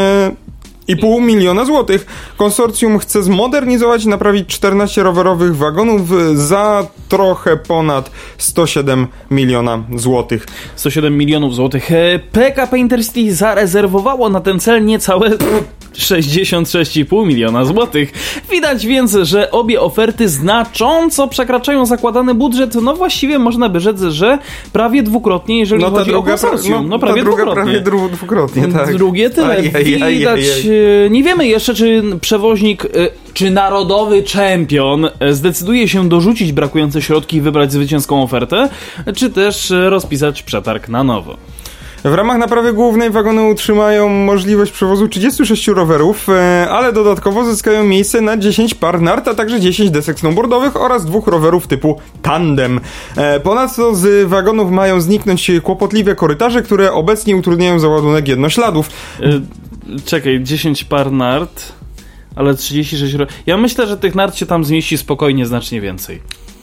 i pół miliona złotych. Konsorcjum chce zmodernizować i naprawić czternaście rowerowych wagonów za trochę ponad sto siedem miliona złotych. sto siedem milionów złotych. P K P Intercity zarezerwowało na ten cel niecałe sześćdziesiąt sześć i pół miliona złotych. Widać więc, że obie oferty znacząco przekraczają zakładany budżet. No właściwie można by rzec, że prawie dwukrotnie, jeżeli no chodzi druga, o konsorcjum. No, no prawie ta druga dwukrotnie. prawie dwukrotnie, tak. Drugie tyle. Aj, aj, aj, Widać, aj, aj. nie wiemy jeszcze, czy przewoźnik, czy narodowy czempion zdecyduje się dorzucić brakujące środki i wybrać zwycięską ofertę, czy też rozpisać przetarg na nowo. W ramach naprawy głównej wagony utrzymają możliwość przewozu trzydziestu sześciu rowerów, ale dodatkowo zyskają miejsce na dziesięć par nart, a także dziesięć desek snowboardowych oraz dwóch rowerów typu tandem. Ponadto z wagonów mają zniknąć kłopotliwe korytarze, które obecnie utrudniają załadunek jednośladów. Yy, czekaj, dziesięć par nart, ale trzydzieści sześć rowerów. Ja myślę, że tych nart się tam zmieści spokojnie znacznie więcej.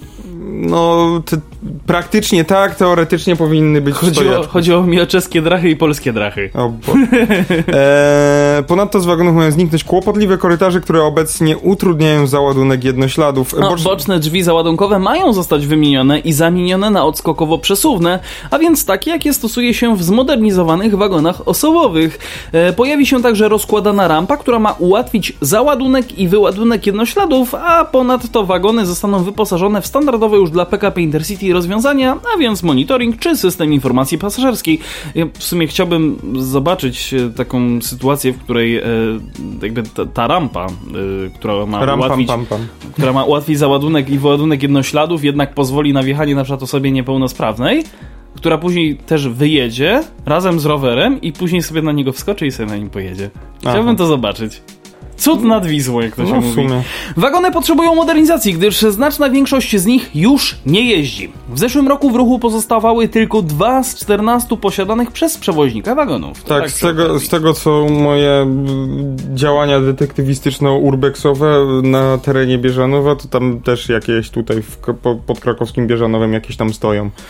No, te, praktycznie tak, teoretycznie powinny być chodziło, chodziło mi o czeskie drachy i polskie drachy. O bo... e, ponadto z wagonów mają zniknąć kłopotliwe korytarze, które obecnie utrudniają załadunek jednośladów. No, Bocz... Boczne drzwi załadunkowe mają zostać wymienione i zamienione na odskokowo-przesuwne, a więc takie, jakie stosuje się w zmodernizowanych wagonach osobowych. E, pojawi się także rozkładana rampa, która ma ułatwić załadunek i wyładunek jednośladów, a ponadto wagony zostaną wyposażone w standardowe już dla P K P Intercity rozwiązania, a więc monitoring czy system informacji pasażerskiej. Ja w sumie chciałbym zobaczyć taką sytuację, w której e, jakby ta, ta rampa, e, która ma Ram, ułatwić, pam, pam, pam. która ma ułatwić załadunek i wyładunek jednośladów, jednak pozwoli na wjechanie na przykład osobie niepełnosprawnej, która później też wyjedzie razem z rowerem i później sobie na niego wskoczy i sobie na nim pojedzie. Chciałbym Aha. to zobaczyć. Cud nad Wisłą, jak to się no, mówi. Wagony potrzebują modernizacji, gdyż znaczna większość z nich już nie jeździ. W zeszłym roku w ruchu pozostawały tylko dwa z czternastu posiadanych przez przewoźnika wagonów. Tak, tak z, tego, z tego co moje działania detektywistyczno-urbexowe na terenie Bieżanowa, to tam też jakieś tutaj w, pod krakowskim Bieżanowem jakieś tam stoją.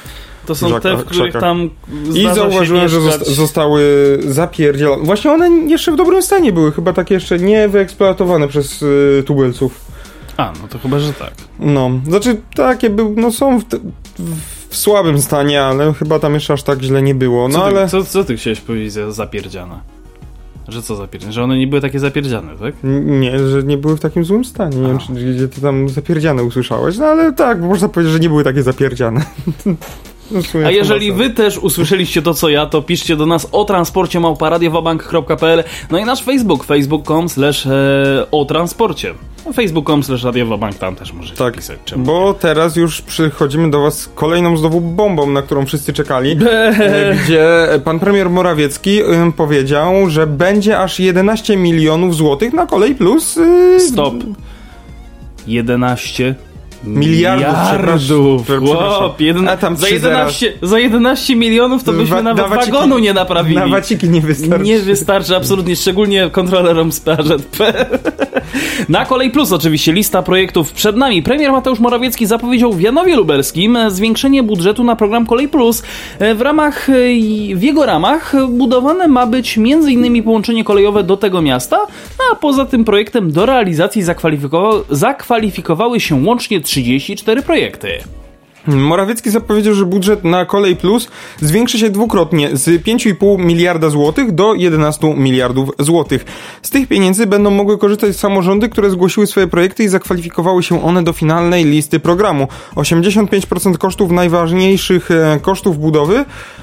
To są Żaka, te, w których krzakach. tam I zauważyłem, że zosta- zostały zapierdzielone. Właśnie one jeszcze w dobrym stanie były, chyba takie jeszcze nie wyeksploatowane przez y, tubylców. A, no to chyba, że tak. No, znaczy takie były, no są w, te, w słabym stanie, ale chyba tam jeszcze aż tak źle nie było. No Co ty, ale... co, co ty chciałeś powiedzieć za zapierdziane? Że co zapierdziane? Że one nie były takie zapierdziane, tak? Nie, że nie były w takim złym stanie. Nie wiem, czy gdzie ty tam zapierdziane usłyszałeś, no ale tak, można powiedzieć, że nie były takie zapierdziane. No, a jeżeli wy też usłyszeliście to, co ja, to piszcie do nas o transporcie małpa radiowabank kropka p l, no i nasz Facebook, facebook kropka com slash o transporcie. facebook kropka com slash radiowabank, tam też możecie tak, pisać. Czemu? Bo teraz już przychodzimy do was z kolejną znowu bombą, na którą wszyscy czekali, gdzie pan premier Morawiecki y, powiedział, że będzie aż jedenaście milionów złotych na Kolej Plus. Y, Stop. jedenaście Miliardów, miliardów. przepraszam. Chłop, jeden... A tam za, trzy jedenaście, za jedenaście milionów to byśmy Wa- nawet na waciki, wagonu nie naprawili. Na waciki nie wystarczy. Nie wystarczy, absolutnie, szczególnie kontrolerom z P A Z P. Na Kolej Plus oczywiście lista projektów przed nami. Premier Mateusz Morawiecki zapowiedział w Janowie Lubelskim zwiększenie budżetu na program Kolej Plus. W ramach, w jego ramach budowane ma być między innymi połączenie kolejowe do tego miasta, a poza tym projektem do realizacji zakwalifikowały, zakwalifikowały się łącznie trzydzieści cztery projekty. Morawiecki zapowiedział, że budżet na Kolej Plus zwiększy się dwukrotnie z pięć i pół miliarda złotych do jedenaście miliardów złotych. Z tych pieniędzy będą mogły korzystać samorządy, które zgłosiły swoje projekty i zakwalifikowały się one do finalnej listy programu. osiemdziesiąt pięć procent kosztów najważniejszych e, kosztów budowy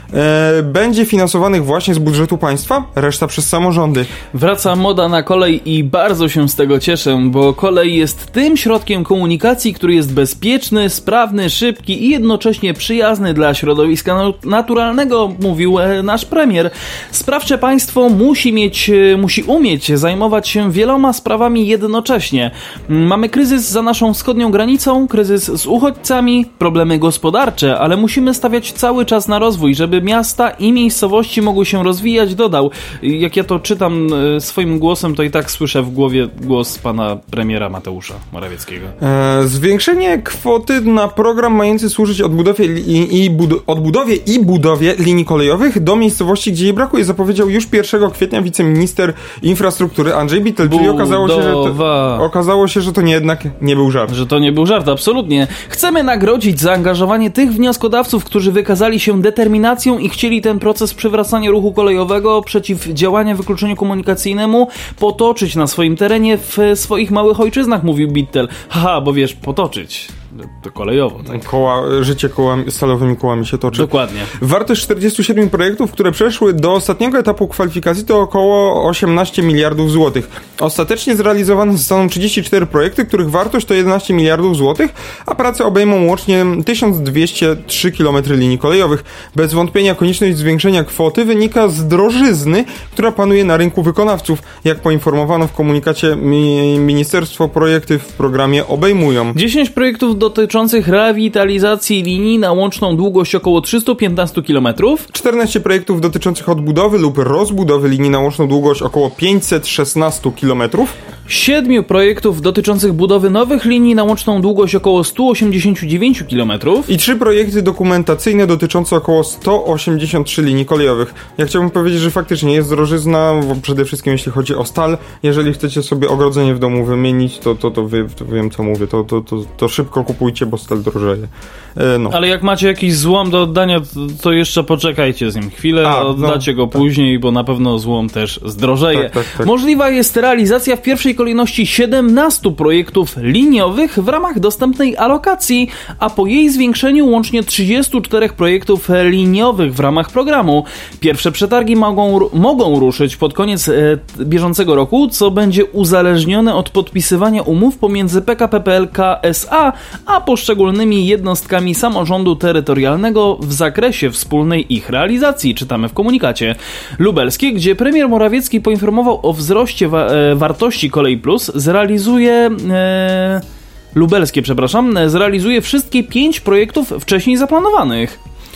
e, będzie finansowanych właśnie z budżetu państwa, reszta przez samorządy. Wraca moda na kolej i bardzo się z tego cieszę, bo kolej jest tym środkiem komunikacji, który jest bezpieczny, sprawny, szybki i jednocześnie przyjazny dla środowiska naturalnego, mówił nasz premier. Sprawcze państwo musi mieć, musi umieć zajmować się wieloma sprawami jednocześnie. Mamy kryzys za naszą wschodnią granicą, kryzys z uchodźcami, problemy gospodarcze, ale musimy stawiać cały czas na rozwój, żeby miasta i miejscowości mogły się rozwijać, dodał. Jak ja to czytam swoim głosem, to i tak słyszę w głowie głos pana premiera Mateusza Morawieckiego. E, zwiększenie kwoty na program mający służyć odbudowie i, i bud- odbudowie i budowie linii kolejowych do miejscowości, gdzie jej brakuje, zapowiedział już pierwszego kwietnia wiceminister infrastruktury Andrzej Bittel, czyli okazało się, że to, okazało się, że to nie, jednak nie był żart. Że to nie był żart, absolutnie. Chcemy nagrodzić zaangażowanie tych wnioskodawców, którzy wykazali się determinacją i chcieli ten proces przywracania ruchu kolejowego, przeciwdziałania wykluczeniu komunikacyjnemu potoczyć na swoim terenie, w swoich małych ojczyznach, mówił Bittel. Haha, bo wiesz, potoczyć. To kolejowo, tak? Koła, życie kołami, stalowymi kołami się toczy. Dokładnie. Wartość czterdziestu siedmiu projektów, które przeszły do ostatniego etapu kwalifikacji, to około osiemnaście miliardów złotych. Ostatecznie zrealizowane zostaną trzydzieści cztery projekty, których wartość to jedenaście miliardów złotych, a prace obejmą łącznie tysiąc dwieście trzy kilometry linii kolejowych. Bez wątpienia konieczność zwiększenia kwoty wynika z drożyzny, która panuje na rynku wykonawców. Jak poinformowano w komunikacie, mi- ministerstwo projekty w programie obejmują dziesięć projektów dotyczących rewitalizacji linii na łączną długość około trzysta piętnaście kilometrów, czternaście projektów dotyczących odbudowy lub rozbudowy linii na łączną długość około pięćset szesnaście kilometrów, siedmiu projektów dotyczących budowy nowych linii na łączną długość około sto osiemdziesiąt dziewięć kilometrów i trzy projekty dokumentacyjne dotyczące około sto osiemdziesiąt trzy linii kolejowych. Ja chciałbym powiedzieć, że faktycznie jest drożyzna, przede wszystkim jeśli chodzi o stal. Jeżeli chcecie sobie ogrodzenie w domu wymienić, to, to, to, wy, to wiem co mówię, to, to, to, to szybko kupujcie, bo stal drożeje. E, no. Ale jak macie jakiś złom do oddania, to jeszcze poczekajcie z nim chwilę, A, oddacie no, go tak. później, bo na pewno złom też zdrożeje. Tak, tak, tak. Możliwa jest realizacja w pierwszej kolejności siedemnastu projektów liniowych w ramach dostępnej alokacji, a po jej zwiększeniu łącznie trzydziestu czterech projektów liniowych w ramach programu. Pierwsze przetargi mogą, mogą ruszyć pod koniec e, bieżącego roku, co będzie uzależnione od podpisywania umów pomiędzy P K P P L K S A a poszczególnymi jednostkami samorządu terytorialnego w zakresie wspólnej ich realizacji, czytamy w komunikacie. Lubelskie, gdzie premier Morawiecki poinformował o wzroście wa- e, wartości Kolej Plus, zrealizuje... E, Lubelskie, przepraszam, zrealizuje wszystkie pięć projektów wcześniej zaplanowanych.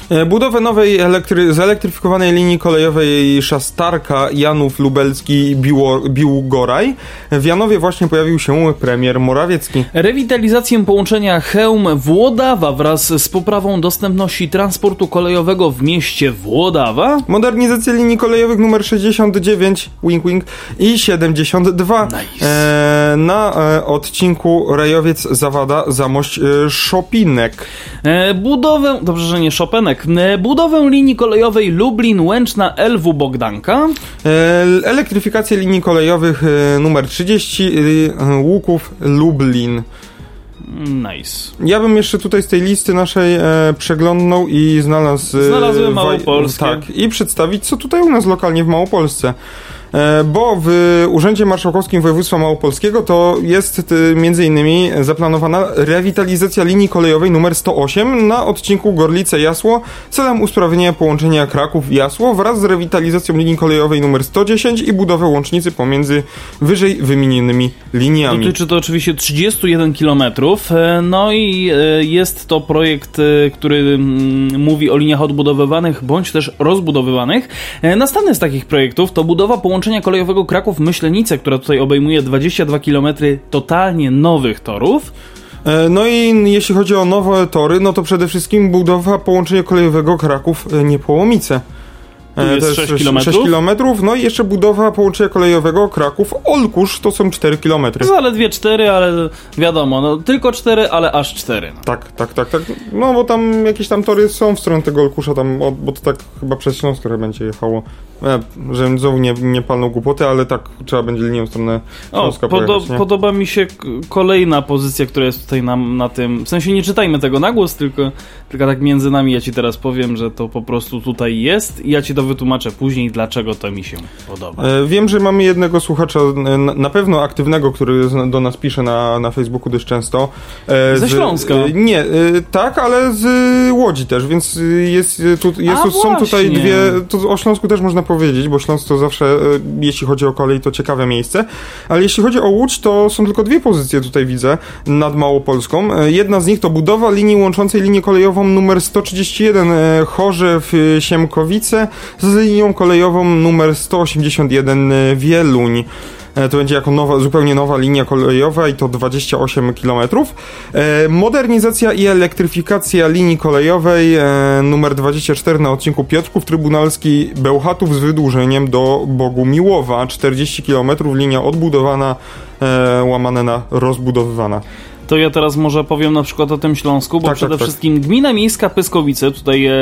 Budowę nowej elektry- zelektryfikowanej linii kolejowej Szastarka Janów Lubelski Biłgoraj w Janowie właśnie pojawił się premier Morawiecki. Rewitalizację połączenia Chełm-Włodawa wraz z poprawą dostępności transportu kolejowego w mieście Włodawa. Modernizację linii kolejowych numer sześćdziesiąt dziewięć wink, wink, i siedemdziesiąt dwa nice. e, na e, odcinku Rejowiec-Zawada-Zamość e, Szopinek. E, budowę, dobrze, że nie Szopenek, e, budowę linii kolejowej Lublin-Łęczna-L W Bogdanka. E, elektryfikację linii kolejowych e, numer trzydzieści e, Łuków-Lublin. Nice. Ja bym jeszcze tutaj z tej listy naszej e, przeglądnął i znalazł... E, Znalazłem Małopolskie. Tak, i przedstawić, co tutaj u nas lokalnie w Małopolsce. E, bo w Urzędzie Marszałkowskim Województwa Małopolskiego to jest e, między innymi zaplanowana rewitalizacja linii kolejowej numer sto osiem na odcinku Gorlice-Jasło celem usprawnienia połączenia Kraków-Jasło wraz z rewitalizacją linii kolejowej numer sto dziesięć i budowę łącznicy pomiędzy wyżej wymienionymi liniami. Dotyczy to oczywiście trzydziestu jeden kilometrów, no i jest to projekt, który mówi o liniach odbudowywanych bądź też rozbudowywanych. Następny z takich projektów to budowa połączenia kolejowego Kraków-Myślenice, która tutaj obejmuje dwadzieścia dwa kilometry totalnie nowych torów. No i jeśli chodzi o nowe tory, no to przede wszystkim budowa połączenia kolejowego Kraków-Niepołomice. Tu jest sześć kilometrów. sześć kilometrów, no i jeszcze budowa połączenia kolejowego Kraków-Olkusz, to są cztery kilometry. Zaledwie cztery, ale wiadomo, no tylko cztery, ale aż cztery. No. Tak, tak, tak, tak. No bo tam jakieś tam tory są w stronę tego Olkusza, tam, bo to tak chyba przez Śląsk trochę będzie jechało. E, że znowu nie, nie palną głupoty, ale tak trzeba będzie linią w stronę Śląska o, podo- pojechać, nie? Podoba mi się k- kolejna pozycja, która jest tutaj na, na tym, w sensie nie czytajmy tego na głos, tylko, tylko tak między nami ja ci teraz powiem, że to po prostu tutaj jest i ja ci to wytłumaczę później, dlaczego to mi się podoba. E, wiem, że mamy jednego słuchacza, na, na pewno aktywnego, który z, do nas pisze na, na Facebooku dość często. E, Ze z, Śląska? E, nie, e, tak, ale z Łodzi też, więc jest, tu, jest, tu, są tutaj dwie, to o Śląsku też można powiedzieć, bo Śląsk to zawsze, e, jeśli chodzi o kolej, to ciekawe miejsce, ale jeśli chodzi o Łódź, to są tylko dwie pozycje tutaj widzę nad Małopolską. E, jedna z nich to budowa linii łączącej linię kolejową numer sto trzydzieści jeden e, Chorzew-Siemkowice z linią kolejową numer sto osiemdziesiąt jeden Wieluń. To będzie jako nowa, zupełnie nowa linia kolejowa i to dwadzieścia osiem kilometrów. Modernizacja i elektryfikacja linii kolejowej numer dwadzieścia cztery na odcinku Piotrków Trybunalski Bełchatów z wydłużeniem do Bogumiłowa. czterdzieści kilometrów, linia odbudowana, łamane na rozbudowywana. To ja teraz może powiem na przykład o tym Śląsku, bo tak, przede tak, tak. wszystkim Gmina Miejska Pyskowice tutaj e,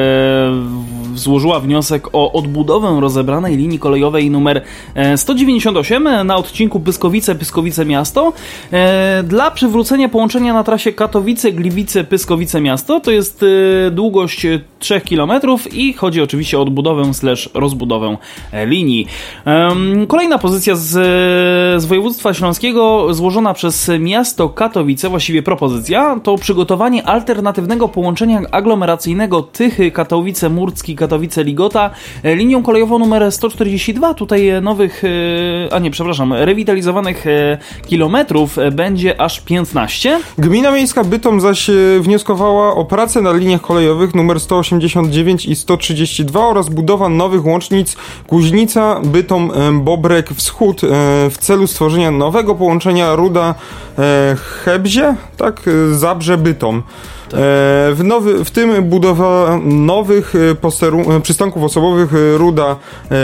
złożyła wniosek o odbudowę rozebranej linii kolejowej numer e, sto dziewięćdziesiąt osiem na odcinku Pyskowice-Pyskowice Miasto e, dla przywrócenia połączenia na trasie Katowice-Gliwice-Pyskowice Miasto. To jest e, długość trzech kilometrów i chodzi oczywiście o odbudowę slash rozbudowę e, linii. E, kolejna pozycja z, z województwa śląskiego złożona przez miasto Katowice, właściwie propozycja, to przygotowanie alternatywnego połączenia aglomeracyjnego Tychy, Katowice-Murcki, Katowice-Ligota linią kolejową numer sto czterdzieści dwa. Tutaj nowych, a nie, przepraszam, rewitalizowanych kilometrów będzie aż piętnaście. Gmina Miejska Bytom zaś wnioskowała o pracę na liniach kolejowych numer sto osiemdziesiąt dziewięć i sto trzydzieści dwa oraz budowa nowych łącznic Kuźnica, Bytom, Bobrek Wschód w celu stworzenia nowego połączenia Ruda Hebzie, tak, Zabrze Bytom. Tak. W, nowy, w tym budowa nowych posteru- przystanków osobowych Ruda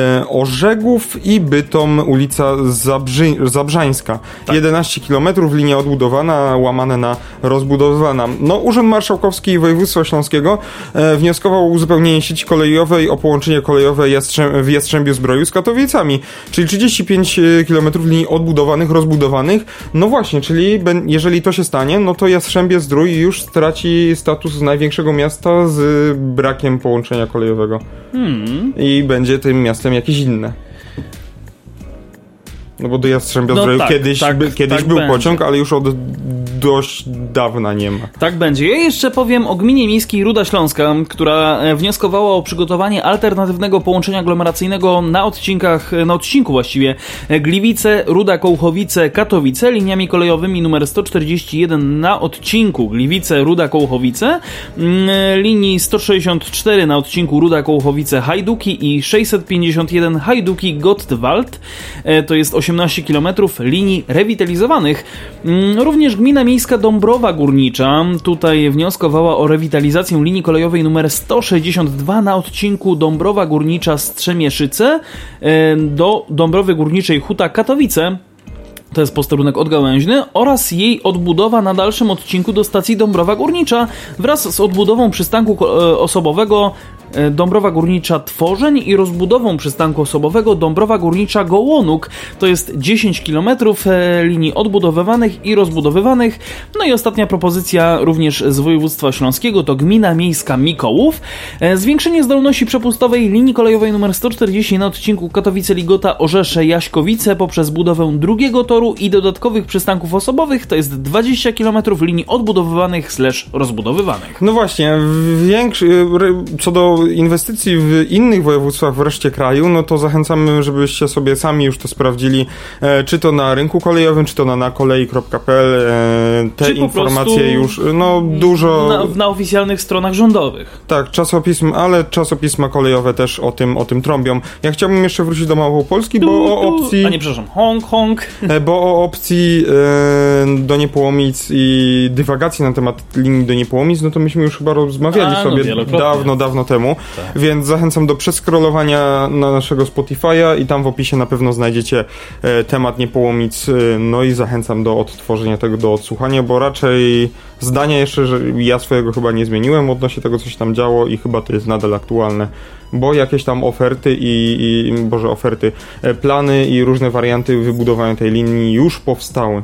Orzegów i Bytom, ulica Zabrzy- Zabrzańska. Tak. jedenaście kilometrów, linia odbudowana, łamane na rozbudowywana. No, Urząd Marszałkowski Województwa Śląskiego e, wnioskował o uzupełnienie sieci kolejowej o połączenie kolejowe Jastrzę- w Jastrzębiu-Zdroju z Katowicami, czyli trzydzieści pięć kilometrów linii odbudowanych, rozbudowanych. No właśnie, czyli ben- jeżeli to się stanie, no to Jastrzębie-Zdrój już straci status największego miasta z brakiem połączenia kolejowego. Hmm. I będzie tym miastem jakieś inne. No bo do Jastrzębia-Zdroju no tak, kiedyś, tak, by, kiedyś tak był będzie. pociąg, ale już od dość dawna nie ma. Tak będzie. Ja jeszcze powiem o gminie miejskiej Ruda Śląska, która wnioskowała o przygotowanie alternatywnego połączenia aglomeracyjnego na odcinkach, na odcinku właściwie Gliwice, Ruda, Kołchowice, Katowice liniami kolejowymi numer sto czterdzieści jeden na odcinku Gliwice, Ruda, Kołchowice, linii sto sześćdziesiąt cztery na odcinku Ruda, Kołchowice, Hajduki i sześćset pięćdziesiąt jeden Hajduki, Gottwald. To jest osiemnaście kilometrów linii rewitalizowanych. Również gmina miejska Dąbrowa Górnicza tutaj wnioskowała o rewitalizację linii kolejowej numer sto sześćdziesiąt dwa na odcinku Dąbrowa Górnicza Strzemieszyce do Dąbrowy Górniczej Huta Katowice. To jest posterunek odgałęźny oraz jej odbudowa na dalszym odcinku do stacji Dąbrowa Górnicza wraz z odbudową przystanku osobowego Dąbrowa Górnicza Tworzeń i rozbudową przystanku osobowego Dąbrowa Górnicza Gołonuk. To jest dziesięć kilometrów linii odbudowywanych i rozbudowywanych. No i ostatnia propozycja również z województwa śląskiego to gmina miejska Mikołów. Zwiększenie zdolności przepustowej linii kolejowej numer sto czterdzieści na odcinku Katowice-Ligota-Orzesze-Jaśkowice poprzez budowę drugiego toru i dodatkowych przystanków osobowych. To jest dwadzieścia kilometrów linii odbudowywanych slash rozbudowywanych. No właśnie, większy, co do inwestycji w innych województwach wreszcie kraju, no to zachęcamy, żebyście sobie sami już to sprawdzili, e, czy to na rynku kolejowym, czy to na nakolei kropka p l. E, te czy informacje już, no dużo... Na, na oficjalnych stronach rządowych. Tak, czasopism, ale czasopisma kolejowe też o tym, o tym trąbią. Ja chciałbym jeszcze wrócić do Małopolski, bo o opcji... A nie, przepraszam, Hong Kong. E, bo o opcji e, do Niepołomic i dywagacji na temat linii do Niepołomic, no to myśmy już chyba rozmawiali A, sobie no dawno, dawno temu. Tak. Więc zachęcam do przeskrolowania na naszego Spotify'a i tam w opisie na pewno znajdziecie e, temat Niepołomic, e, no i zachęcam do odtworzenia tego, do odsłuchania, bo raczej zdania jeszcze, że ja swojego chyba nie zmieniłem odnośnie tego, co się tam działo i chyba to jest nadal aktualne, bo jakieś tam oferty i, i boże oferty, e, plany i różne warianty wybudowania tej linii już powstały.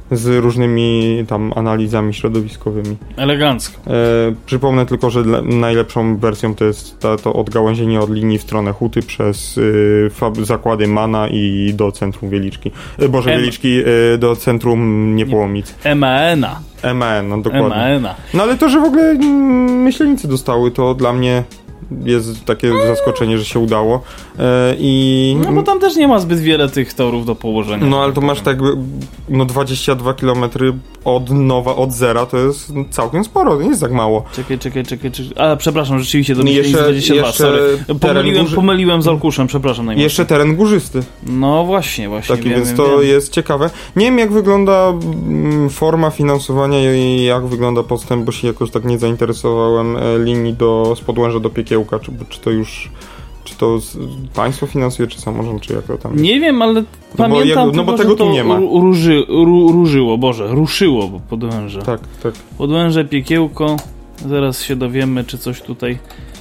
Z różnymi tam analizami środowiskowymi. Elegancko. E, przypomnę tylko, że le, najlepszą wersją to jest ta, to odgałęzienie od linii w stronę Huty przez y, fab, zakłady Mana i do centrum Wieliczki. E, Boże, M- Wieliczki y, do centrum Niepołomic. M A N-a. M A N, no dokładnie. M A N-a. No ale to, że w ogóle mm, Myślenicy dostały, to dla mnie jest takie zaskoczenie, że się udało. E, i No bo tam też nie ma zbyt wiele tych torów do położenia. No ale to masz tak no dwadzieścia dwa kilometry od nowa, od zera, to jest całkiem sporo, to nie jest tak mało. Czekaj, czekaj, czekaj, czekaj. A, przepraszam, rzeczywiście to myśleli jeszcze, dwadzieścia dwa, jeszcze sorry. Pomyliłem, górzy... pomyliłem z Olkuszem, przepraszam najmocniej. Jeszcze teren górzysty. No właśnie, właśnie. Taki, wiem, więc wiem, to wiem. jest ciekawe. Nie wiem, jak wygląda mm, forma finansowania i jak wygląda podstęp, bo się jakoś tak nie zainteresowałem e, linii do z Podłęża do Piekiełka, czy, czy to już czy to z, państwo finansuje, czy samorząd, czy jak to tam jest? Nie wiem, ale no pamiętam bo, jak, no bo tylko, tego że to tu nie ma. Róży, ró, różyło, Boże, ruszyło, bo Podłęże. Tak, tak. Podłęże, Piekiełko, zaraz się dowiemy, czy coś tutaj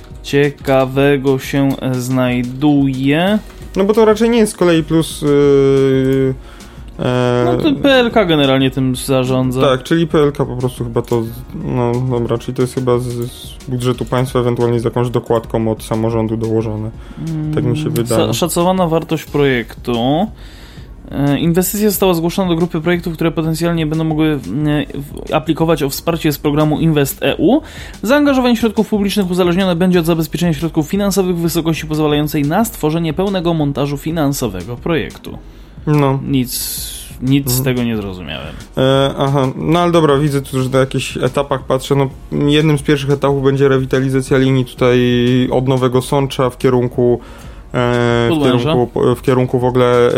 ciekawego się znajduje. No bo to raczej nie jest z kolei plus... Yy... No to P L K generalnie tym zarządza. Tak, czyli P L K po prostu chyba to, no dobra, czyli to jest chyba z, z budżetu państwa, ewentualnie z jakąś dokładką od samorządu dołożone. Tak mi się wydaje. Szacowana wartość projektu. Inwestycja została zgłoszona do grupy projektów, które potencjalnie będą mogły aplikować o wsparcie z programu Invest E U. Zaangażowanie środków publicznych uzależnione będzie od zabezpieczenia środków finansowych w wysokości pozwalającej na stworzenie pełnego montażu finansowego projektu. No. Nic, nic mhm. z tego nie zrozumiałem. E, aha, no ale dobra, widzę tu, że na jakichś etapach patrzę, no jednym z pierwszych etapów będzie rewitalizacja linii tutaj od Nowego Sącza w kierunku e, w, kierunku, w kierunku w ogóle e,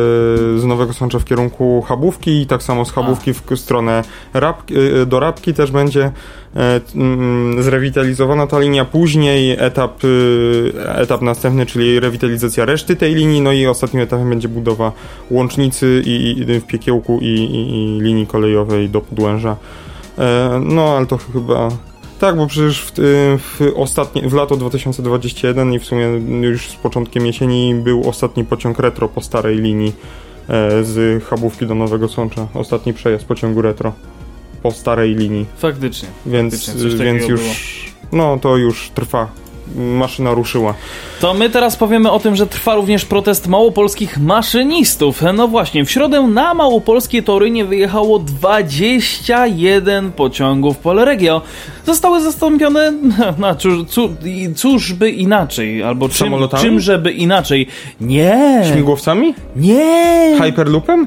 z Nowego Sącza w kierunku Chabówki i tak samo z Chabówki w stronę Rabki, e, do Rabki też będzie e, m, zrewitalizowana ta linia. Później etap, e, etap następny, czyli rewitalizacja reszty tej linii, no i ostatnim etapem będzie budowa łącznicy i, i w Piekiełku i, i, i linii kolejowej do Podłęża. E, no ale to chyba... Tak, bo przecież w, w, ostatnie, w lato dwa tysiące dwudziestym pierwszym i w sumie już z początkiem jesieni był ostatni pociąg retro po starej linii e, z Chabówki do Nowego Sącza. Ostatni przejazd pociągu retro po starej linii. Faktycznie. Więc, faktycznie, więc już... było. No, to już trwa. maszyna ruszyła. To my teraz powiemy o tym, że trwa również protest małopolskich maszynistów. No właśnie, w środę na małopolskie tory nie wyjechało dwadzieścia jeden pociągów Polregio. Zostały zastąpione, no cóż, cóż, cóż by inaczej, albo czym, samolotami? czymże by inaczej. Nie! Śmigłowcami? Nie! Hyperloopem?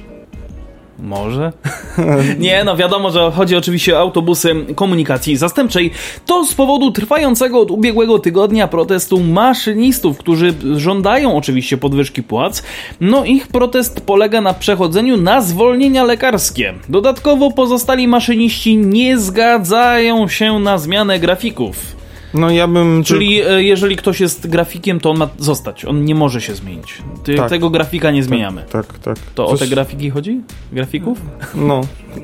Może? Nie, no wiadomo, że chodzi oczywiście o autobusy komunikacji zastępczej. To z powodu trwającego od ubiegłego tygodnia protestu maszynistów, którzy żądają oczywiście podwyżki płac. No ich protest polega na przechodzeniu na zwolnienia lekarskie. Dodatkowo pozostali maszyniści nie zgadzają się na zmianę grafików. No ja bym... Czyli e, jeżeli ktoś jest grafikiem, to on ma zostać. On nie może się zmienić. Ty, tak. Tego grafika nie zmieniamy. Tak, tak. tak. To Coś... o te grafiki chodzi? Grafików? No.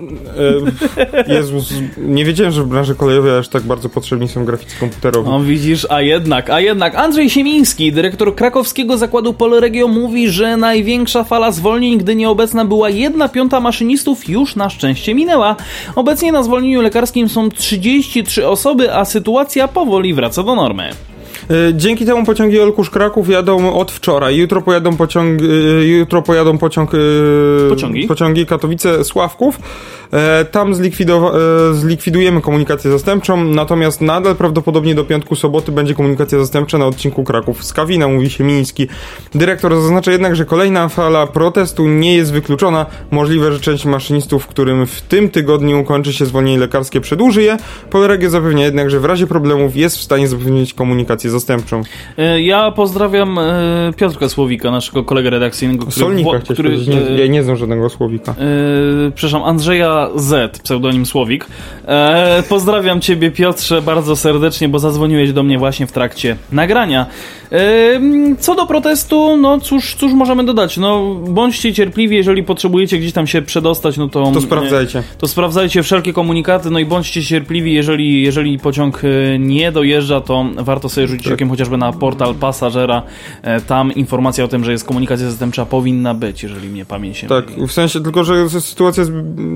E, Jezus, nie wiedziałem, że w branży kolejowej aż tak bardzo potrzebni są graficy komputerowi. No widzisz, a jednak, a jednak. Andrzej Siemiński, dyrektor krakowskiego zakładu Polregio, mówi, że największa fala zwolnień, gdy nieobecna była jedna piąta maszynistów, już na szczęście minęła. Obecnie na zwolnieniu lekarskim są trzydzieści trzy osoby, a sytuacja powoli wraca do normy. Dzięki temu pociągi Olkusz-Kraków jadą od wczoraj. Jutro pojadą pociąg, jutro pojadą pociąg, pociągi, pociągi Katowice-Sławków. Tam zlikwidowa- zlikwidujemy komunikację zastępczą, natomiast nadal prawdopodobnie do piątku, soboty będzie komunikacja zastępcza na odcinku Kraków-Skawina, mówi Siemiński. Dyrektor zaznacza jednak, że kolejna fala protestu nie jest wykluczona. Możliwe, że część maszynistów, którym w tym tygodniu kończy się zwolnienie lekarskie, przedłuży je. Polregio zapewnia jednak, że w razie problemów jest w stanie zapewnić komunikację zastępczą. Ja pozdrawiam Piotrka Słowika, naszego kolegę redakcyjnego, który... Solnika, w, który nie, ja nie znam żadnego Słowika. Yy, przepraszam, Andrzeja Z, pseudonim Słowik. E, pozdrawiam ciebie, Piotrze, bardzo serdecznie, bo zadzwoniłeś do mnie właśnie w trakcie nagrania. E, co do protestu, no cóż, cóż możemy dodać? No, bądźcie cierpliwi, jeżeli potrzebujecie gdzieś tam się przedostać, no to... To sprawdzajcie. E, to sprawdzajcie wszelkie komunikaty, no i bądźcie cierpliwi, jeżeli, jeżeli pociąg nie dojeżdża, to warto sobie rzucić tak. okiem chociażby na portal pasażera. E, tam informacja o tym, że jest komunikacja zastępcza, powinna być, jeżeli mnie pamięć się Tak, myli. w sensie tylko, że sytuacja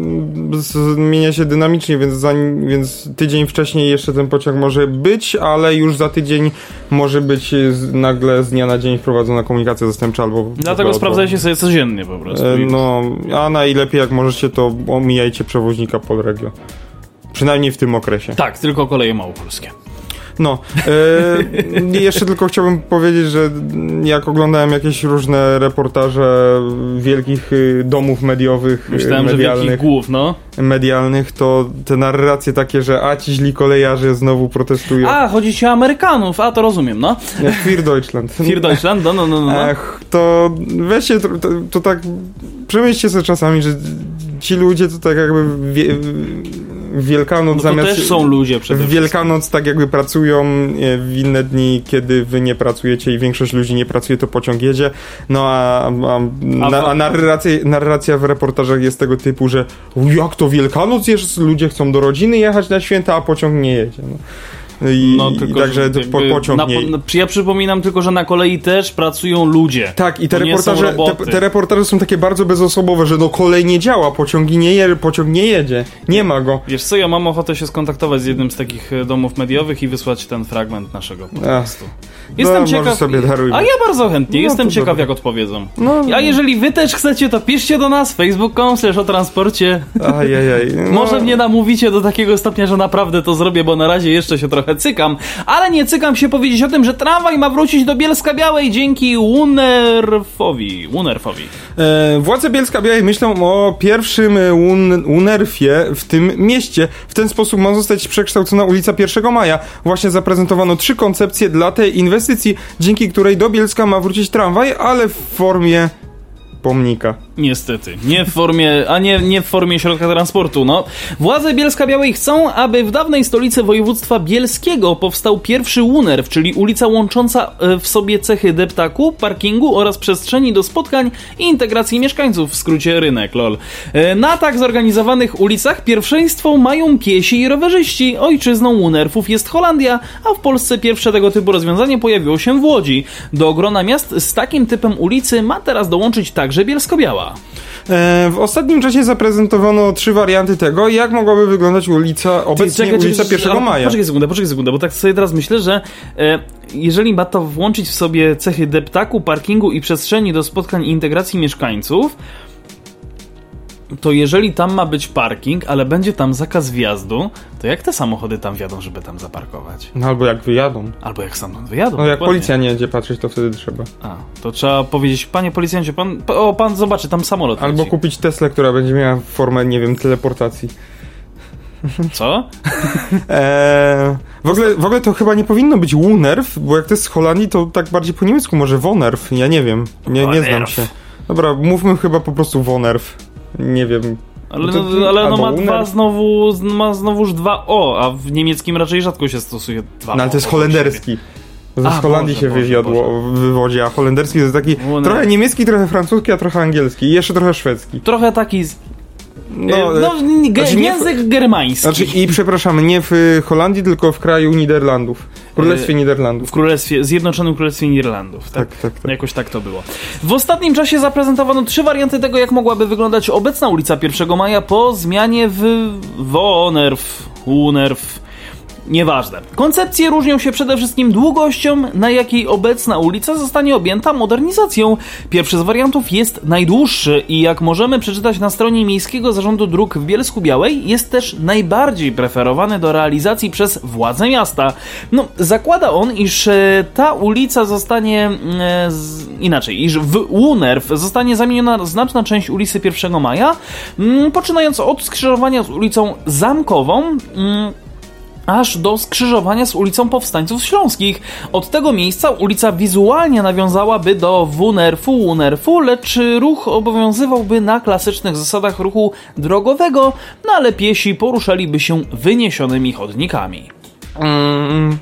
zmienia się dynamicznie, więc, za, więc tydzień wcześniej jeszcze ten pociąg może być, ale już za tydzień może być z, nagle z dnia na dzień wprowadzona komunikacja zastępcza albo... Dlatego sprawdzajcie sobie codziennie po prostu. E, no, a najlepiej jak możecie, to omijajcie przewoźnika Polregio. Przynajmniej w tym okresie. Tak, tylko koleje małopolskie. No, e, jeszcze tylko chciałbym powiedzieć, że jak oglądałem jakieś różne reportaże wielkich domów mediowych, Myślałem, medialnych, że wielkich głów, no. medialnych, to te narracje takie, że a ci źli kolejarze znowu protestują. A, chodzi ci o Amerykanów, a to rozumiem, no. Jak Für Deutschland. Für Deutschland, no, no, no, no. Ech, to weźcie, to, to, to tak przemyślcie sobie czasami, że ci ludzie to tak jakby wie, w Wielkanoc no to zamiast... też są ludzie przede W Wielkanoc tak jakby pracują, w inne dni, kiedy wy nie pracujecie i większość ludzi nie pracuje, to pociąg jedzie. No a, a, na, a narracja, narracja w reportażach jest tego typu, że jak to Wielkanoc jest, ludzie chcą do rodziny jechać na święta, a pociąg nie jedzie. No. I, no, tylko, i także po, pociąg na, nie... Ja przypominam tylko, że na kolei też pracują ludzie. Tak, i te to reportaże, te, te reportaże są takie bardzo bezosobowe, że no kolej nie działa, pociągi nie je, pociąg nie jedzie, nie ma go. Wiesz co, ja mam ochotę się skontaktować z jednym z takich domów mediowych i wysłać ten fragment naszego podcastu. Jestem no, ciekaw. Sobie a ja bardzo chętnie, no, jestem ciekaw dobra. jak odpowiedzą. No, a jeżeli wy też chcecie, to piszcie do nas facebook kropka com slash o transporcie. Ajajaj. No. Może mnie namówicie do takiego stopnia, że naprawdę to zrobię, bo na razie jeszcze się trochę cykam. Ale nie cykam się powiedzieć o tym, że tramwaj ma wrócić do Bielska-Białej dzięki Unerfowi. Unerfowi. E, władze Bielska-Białej myślą o pierwszym un, Unerfie w tym mieście. W ten sposób ma zostać przekształcona ulica pierwszego maja. Właśnie zaprezentowano trzy koncepcje dla tej inwestycji, dzięki której do Bielska ma wrócić tramwaj, ale w formie pomnika. Niestety. Nie w formie, a nie, nie w formie środka transportu, no. Władze Bielska-Białej chcą, aby w dawnej stolicy województwa bielskiego powstał pierwszy Unerf, czyli ulica łącząca w sobie cechy deptaku, parkingu oraz przestrzeni do spotkań i integracji mieszkańców, w skrócie rynek, lol. Na tak zorganizowanych ulicach pierwszeństwo mają piesi i rowerzyści. Ojczyzną Unerfów jest Holandia, a w Polsce pierwsze tego typu rozwiązanie pojawiło się w Łodzi. Do grona miast z takim typem ulicy ma teraz dołączyć także Bielsko-Biała. E, w ostatnim czasie zaprezentowano trzy warianty tego, jak mogłaby wyglądać ulica, obecnie Czekaj, ulica czekaj, pierwszego maja. Poczekaj sekundę, poczekaj sekundę, bo tak sobie teraz myślę, że e, jeżeli ma to włączyć w sobie cechy deptaku, parkingu i przestrzeni do spotkań i integracji mieszkańców, to jeżeli tam ma być parking, ale będzie tam zakaz wjazdu, to jak te samochody tam wjadą, żeby tam zaparkować? No albo jak wyjadą. Albo jak stamtąd wyjadą. No jak dokładnie. policja nie jedzie patrzeć, to wtedy trzeba. A, to trzeba powiedzieć, panie policjancie, pan, o, pan zobaczy, tam samolot Albo leci. kupić Teslę, która będzie miała formę, nie wiem, teleportacji. Co? Eee, w, ogóle, w ogóle to chyba nie powinno być Wunerf, bo jak to jest z Holandii, to tak bardziej po niemiecku może Wonerf. Ja nie wiem, nie, nie znam się. Dobra, mówmy chyba po prostu Wonerf. Nie wiem. Ale, to, no, ale no ma Wunerf. dwa znowu, ma znowuż dwa O, a w niemieckim raczej rzadko się stosuje dwa O. No ale to jest holenderski. To z A, Holandii Boże, się Boże, wywiodło, wywodzi, a holenderski to jest taki Wunerf. trochę niemiecki, trochę francuski, a trochę angielski i jeszcze trochę szwedzki. Trochę taki... Z... No, No, no ge- znaczy nie język w, germański. Znaczy i przepraszam, nie w Holandii, tylko w kraju Niderlandów. W Królestwie Yy, Niderlandów. W Królestwie, Zjednoczonym Królestwie Niderlandów, tak? Tak, tak, tak. Jakoś tak to było. W ostatnim czasie zaprezentowano trzy warianty tego, jak mogłaby wyglądać obecna ulica pierwszego maja po zmianie w Wonerf, Wunerf. Nieważne. Koncepcje różnią się przede wszystkim długością, na jakiej obecna ulica zostanie objęta modernizacją. Pierwszy z wariantów jest najdłuższy i jak możemy przeczytać na stronie Miejskiego Zarządu Dróg w Bielsku-Białej, jest też najbardziej preferowany do realizacji przez władze miasta. No, zakłada on, iż e, ta ulica zostanie e, z, inaczej, iż w Wunerf zostanie zamieniona znaczna część ulicy pierwszego maja, m, poczynając od skrzyżowania z ulicą Zamkową, m, aż do skrzyżowania z ulicą Powstańców Śląskich. Od tego miejsca ulica wizualnie nawiązałaby do Wunerfu, Wunerfu, lecz ruch obowiązywałby na klasycznych zasadach ruchu drogowego, no ale piesi poruszaliby się wyniesionymi chodnikami. Mm.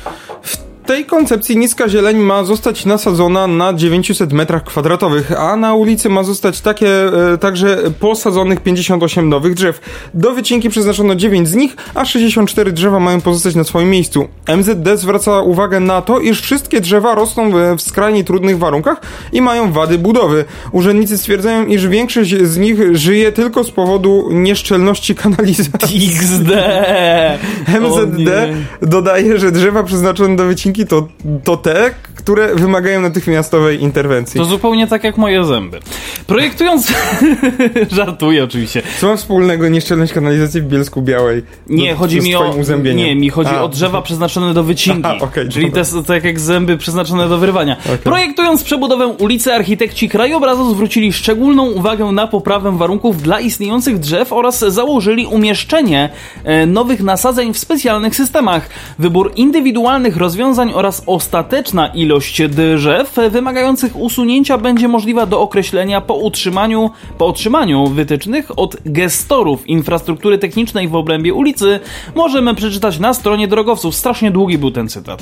W tej koncepcji niska zieleń ma zostać nasadzona na dziewięćset metrach kwadratowych, a na ulicy ma zostać takie e, także posadzonych pięćdziesiąt osiem nowych drzew. Do wycinki przeznaczono dziewięć z nich, a sześćdziesiąt cztery drzewa mają pozostać na swoim miejscu. M Z D zwraca uwagę na to, iż wszystkie drzewa rosną w, w skrajnie trudnych warunkach i mają wady budowy. Urzędnicy stwierdzają, iż większość z nich żyje tylko z powodu nieszczelności kanalizacji. X D! M Z D dodaje, że drzewa przeznaczone do wycinki to, to te, które wymagają natychmiastowej interwencji. To zupełnie tak jak moje zęby. Projektując... Żartuję oczywiście. Co ma wspólnego nieszczelność kanalizacji w Bielsku-Białej? Nie, do, chodzi mi o... uzębieniem? Nie, mi chodzi A. o drzewa przeznaczone do wycinki. Aha, okay, czyli te, tak jak zęby przeznaczone do wyrywania. Okay. Projektując przebudowę ulicy, architekci krajobrazu zwrócili szczególną uwagę na poprawę warunków dla istniejących drzew oraz założyli umieszczenie e, nowych nasadzeń w specjalnych systemach. Wybór indywidualnych rozwiązań oraz ostateczna ilość drzew wymagających usunięcia będzie możliwa do określenia po utrzymaniu, po otrzymaniu wytycznych od gestorów infrastruktury technicznej w obrębie ulicy. Możemy przeczytać na stronie drogowców. Strasznie długi był ten cytat.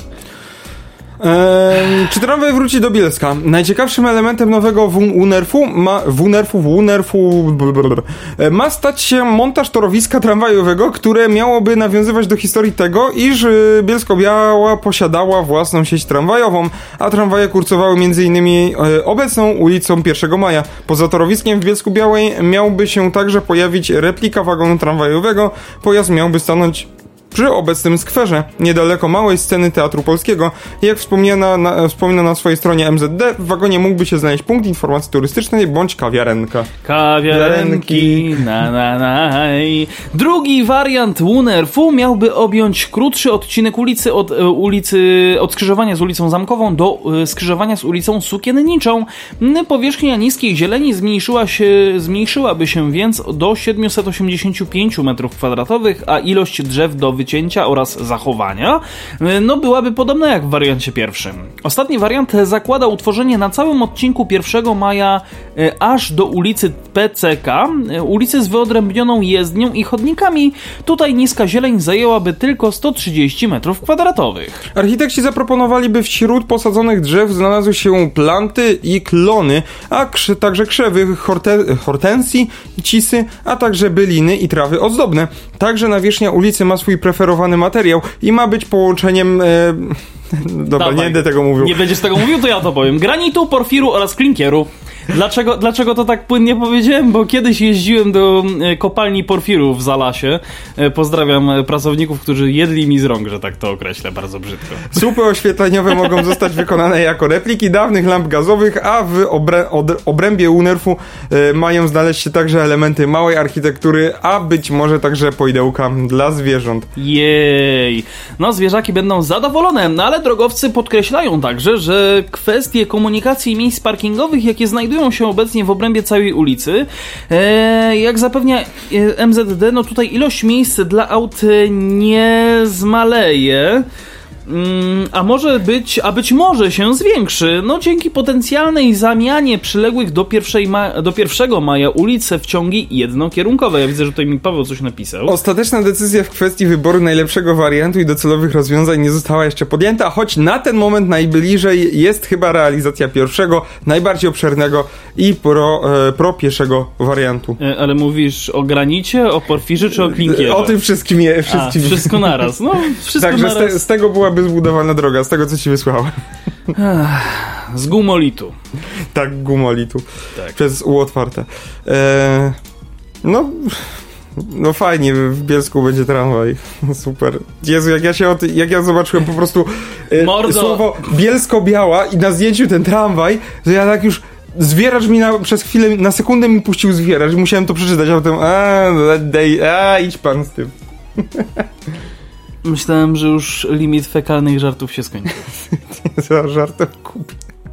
Eee, czy tramwaj wróci do Bielska? Najciekawszym elementem nowego Wunerfu ma, Wunerfu, Wunerfu ma stać się montaż torowiska tramwajowego, które miałoby nawiązywać do historii tego, iż Bielsko-Biała posiadała własną sieć tramwajową, a tramwaje kursowały między innymi obecną ulicą pierwszego maja. Poza torowiskiem w Bielsku-Białej miałby się także pojawić replika wagonu tramwajowego. Pojazd miałby stanąć przy obecnym skwerze, niedaleko małej sceny Teatru Polskiego. Jak wspomniana na, wspomina na swojej stronie M Z D, w wagonie mógłby się znaleźć punkt informacji turystycznej bądź kawiarenka. Kawiarenki, na na na. Drugi wariant Wunerfu miałby objąć krótszy odcinek ulicy od e, ulicy, od skrzyżowania z ulicą Zamkową do e, skrzyżowania z ulicą Sukienniczą. Powierzchnia niskiej zieleni zmniejszyła się, zmniejszyłaby się więc do siedemset osiemdziesiąt pięć metrów kwadratowych, a ilość drzew do wycięcia oraz zachowania no byłaby podobna jak w wariancie pierwszym. Ostatni wariant zakłada utworzenie na całym odcinku pierwszego maja e, aż do ulicy P C K, e, ulicy z wyodrębnioną jezdnią i chodnikami. Tutaj niska zieleń zajęłaby tylko sto trzydzieści metrów kwadratowych. Architekci zaproponowali, by wśród posadzonych drzew znalazły się planty i klony, a krz- także krzewy horte- hortensji, cisy, a także byliny i trawy ozdobne. Także nawierzchnia ulicy ma swój preferowany materiał i ma być połączeniem... E... Dobra, Dawaj. nie będę tego mówił. Nie będziesz tego mówił, to ja to powiem. Granitu, porfiru oraz klinkieru. Dlaczego, dlaczego to tak płynnie powiedziałem? Bo kiedyś jeździłem do kopalni porfiru w Zalasie. Pozdrawiam pracowników, którzy jedli mi z rąk, że tak to określę bardzo brzydko. Słupy oświetleniowe mogą zostać wykonane jako repliki dawnych lamp gazowych, a w obrę- od- obrębie unerfu y, mają znaleźć się także elementy małej architektury, a być może także poidełka dla zwierząt. Jej! No, zwierzaki będą zadowolone, no ale drogowcy podkreślają także, że kwestie komunikacji miejsc parkingowych, jakie znajdują się obecnie w obrębie całej ulicy, e, jak zapewnia M Z D, no tutaj ilość miejsc dla aut nie zmaleje. A może być, a być może się zwiększy, no dzięki potencjalnej zamianie przyległych do, pierwszej ma- do pierwszego maja ulic w ciągi jednokierunkowe. Ja widzę, że tutaj mi Paweł coś napisał. Ostateczna decyzja w kwestii wyboru najlepszego wariantu i docelowych rozwiązań nie została jeszcze podjęta, choć na ten moment najbliżej jest chyba realizacja pierwszego, najbardziej obszernego i pro, e, pro pieszego wariantu. E, ale mówisz o granicie, o porfirze czy o klinkierze? O tym wszystkim. Je, wszystkim. A, wszystko naraz. No, wszystko Także naraz. z, te, z tego byłaby zbudowana droga, z tego co ci wysłałem. Z gumolitu. Tak, gumolitu. Tak. Przez U otwarte. E, no... No fajnie, w Bielsku będzie tramwaj. Super. Jezu, jak ja się od, jak ja zobaczyłem po prostu e, słowo Bielsko-Biała i na zdjęciu ten tramwaj, to ja tak już zwieracz mi na, przez chwilę, na sekundę mi puścił zwieracz i musiałem to przeczytać, a potem a, daj, a idź pan z tym. Myślałem, że już limit fekalnych żartów się skończył. Za żartem kupię.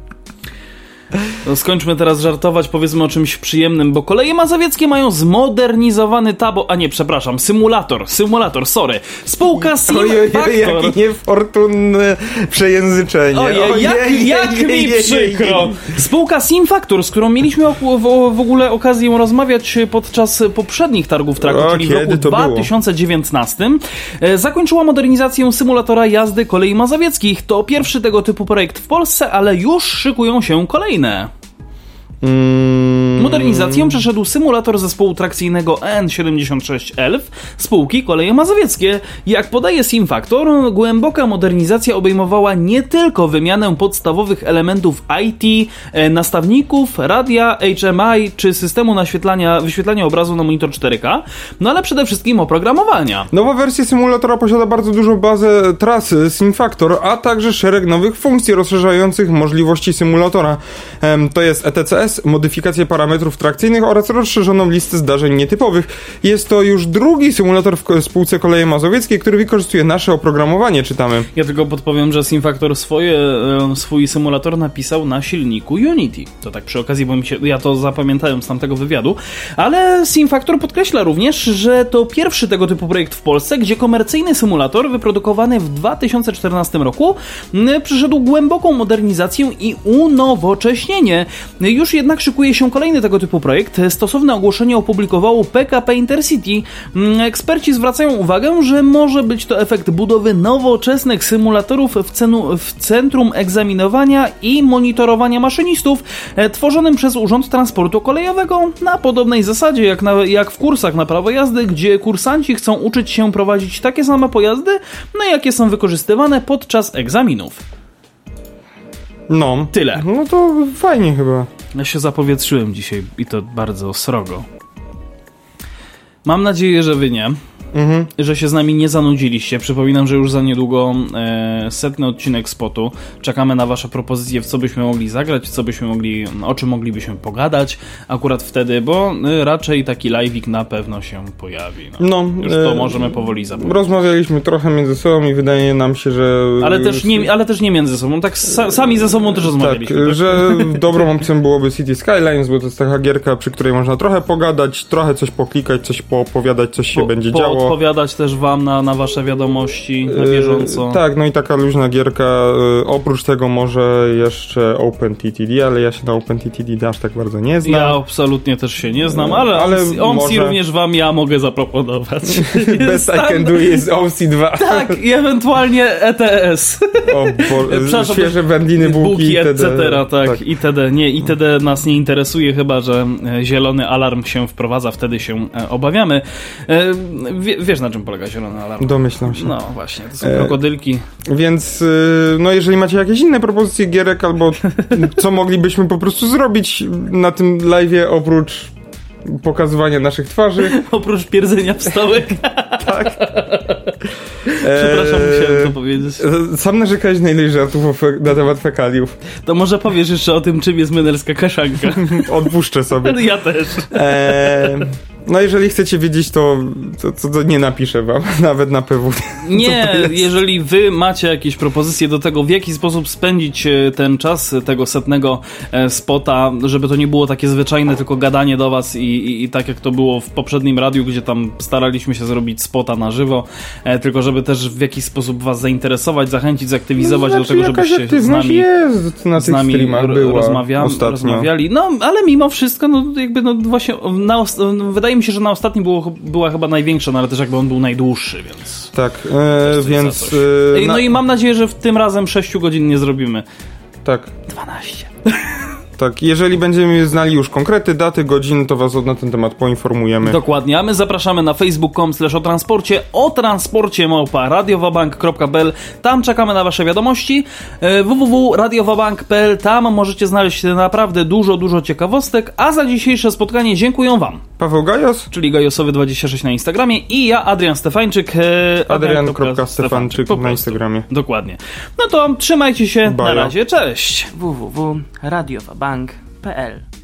No, skończmy teraz żartować, powiedzmy o czymś przyjemnym, bo Koleje Mazowieckie mają zmodernizowany tabo... A nie, przepraszam, symulator, symulator, sorry. Spółka SimFactor... Jakie niefortunne przejęzyczenie. Ojej, jak, jak mi przykro. Spółka SimFactor, z którą mieliśmy w, w, w ogóle okazję rozmawiać podczas poprzednich targów Traku, o, czyli w roku dwa tysiące dziewiętnastym, e, zakończyła modernizację symulatora jazdy Kolei Mazowieckich. To pierwszy tego typu projekt w Polsce, ale już szykują się kolejne. Modernizację przeszedł symulator zespołu trakcyjnego E N siedemdziesiąt sześć Elf spółki Koleje Mazowieckie. Jak podaje SimFactor, głęboka modernizacja obejmowała nie tylko wymianę podstawowych elementów I T, nastawników, radia, H M I czy systemu naświetlania, wyświetlania obrazu na monitor cztery K, no ale przede wszystkim oprogramowania. Nowa wersja symulatora posiada bardzo dużą bazę trasy SimFactor, a także szereg nowych funkcji rozszerzających możliwości symulatora. To jest E T C S, modyfikacje parametrów trakcyjnych oraz rozszerzoną listę zdarzeń nietypowych. Jest to już drugi symulator w spółce Koleje Mazowieckie, który wykorzystuje nasze oprogramowanie, czytamy. Ja tylko podpowiem, że SimFactor swoje, swój symulator napisał na silniku Unity. To tak przy okazji, bo mi się, ja to zapamiętałem z tamtego wywiadu, ale SimFactor podkreśla również, że to pierwszy tego typu projekt w Polsce, gdzie komercyjny symulator wyprodukowany w dwa tysiące czternastym roku przyszedł głęboką modernizację i unowocześnienie. Już jednak szykuje się kolejny tego typu projekt. Stosowne ogłoszenie opublikowało P K P Intercity. Eksperci zwracają uwagę, że może być to efekt budowy nowoczesnych symulatorów w, cenu, w centrum egzaminowania i monitorowania maszynistów tworzonym przez Urząd Transportu Kolejowego na podobnej zasadzie jak, na, jak w kursach na prawo jazdy, gdzie kursanci chcą uczyć się prowadzić takie same pojazdy, no jakie są wykorzystywane podczas egzaminów. No. Tyle. No to fajnie chyba. Ja się zapowietrzyłem dzisiaj i to bardzo srogo. Mam nadzieję, że wy nie. Mhm. Że się z nami nie zanudziliście. Przypominam, że już za niedługo e, setny odcinek spotu. Czekamy na wasze propozycje, w co byśmy mogli zagrać, co byśmy mogli, o czym moglibyśmy pogadać akurat wtedy, bo e, raczej taki live'ik na pewno się pojawi. No, no już to e, możemy powoli zapowiedzieć. Rozmawialiśmy trochę między sobą i wydaje nam się, że... Ale też nie, ale też nie między sobą, tak sa, sami ze sobą też rozmawialiśmy. Tak, tak? Że dobrą opcją byłoby City Skylines, bo to jest taka gierka, przy której można trochę pogadać, trochę coś poklikać, coś poopowiadać, coś się po, będzie po działo. Odpowiadać też wam na, na wasze wiadomości na bieżąco. Yy, tak, no i taka luźna gierka. Yy, oprócz tego może jeszcze OpenTTD, ale ja się na OpenTTD aż tak bardzo nie znam. Ja absolutnie też się nie znam, ale, ale OMSI również wam ja mogę zaproponować. Best I can do is O C dwa. Tak, i ewentualnie E T S. O, bo świeże wędliny, bułki, bułki et cetera. Tak, tak, itd. Nie, itd. nas nie interesuje, chyba że zielony alarm się wprowadza, wtedy się obawiamy. wie, wiesz, na czym polega zielony alarm? Domyślam się. No właśnie, to są e... krokodylki. Więc, yy, no jeżeli macie jakieś inne propozycje gierek, albo co moglibyśmy po prostu zrobić na tym live'ie, oprócz pokazywania naszych twarzy. Oprócz pierdzenia w stołek. Tak. Przepraszam, eee, musiałem to powiedzieć. Sam narzekałeś na ileś żartów fe- na temat fekaliów. To może powiesz jeszcze o tym, czym jest menelska kaszanka. Odpuszczę sobie. Ja też. Eee, no jeżeli chcecie wiedzieć, to, to, to, to nie napiszę wam, nawet na P W. Nie, jeżeli wy macie jakieś propozycje do tego, w jaki sposób spędzić ten czas tego setnego spota, żeby to nie było takie zwyczajne, tylko gadanie do was i, i, i tak jak to było w poprzednim radiu, gdzie tam staraliśmy się zrobić spota na żywo, e, tylko żeby też w jakiś sposób was zainteresować, zachęcić, zaktywizować no, znaczy, do tego, żebyście z nami, jest na z nami rozmawia, rozmawiali. No, ale mimo wszystko, no jakby no właśnie na, wydaje mi się, że na ostatnim było, była chyba największa, no ale też jakby on był najdłuższy, więc... Tak, e, więc... E, no na... i mam nadzieję, że w tym razem sześciu godzin nie zrobimy. Tak. dwanaście. Tak, jeżeli będziemy znali już konkrety, daty, godziny, to was na ten temat poinformujemy. Dokładnie, a my zapraszamy na facebook kropka com slash o transporcie, o transporcie małpa radiowabank kropka p l, tam czekamy na wasze wiadomości, w w w kropka radiowabank kropka p l, tam możecie znaleźć naprawdę dużo, dużo ciekawostek, a za dzisiejsze spotkanie dziękuję wam. Paweł Gajos, czyli gajosowy dwadzieścia sześć na Instagramie i ja, Adrian Stefańczyk, Adrian kropka stefańczyk na Instagramie. Dokładnie. No to trzymajcie się, Bajo. Na razie, cześć. w w w kropka radiowabank kropka p l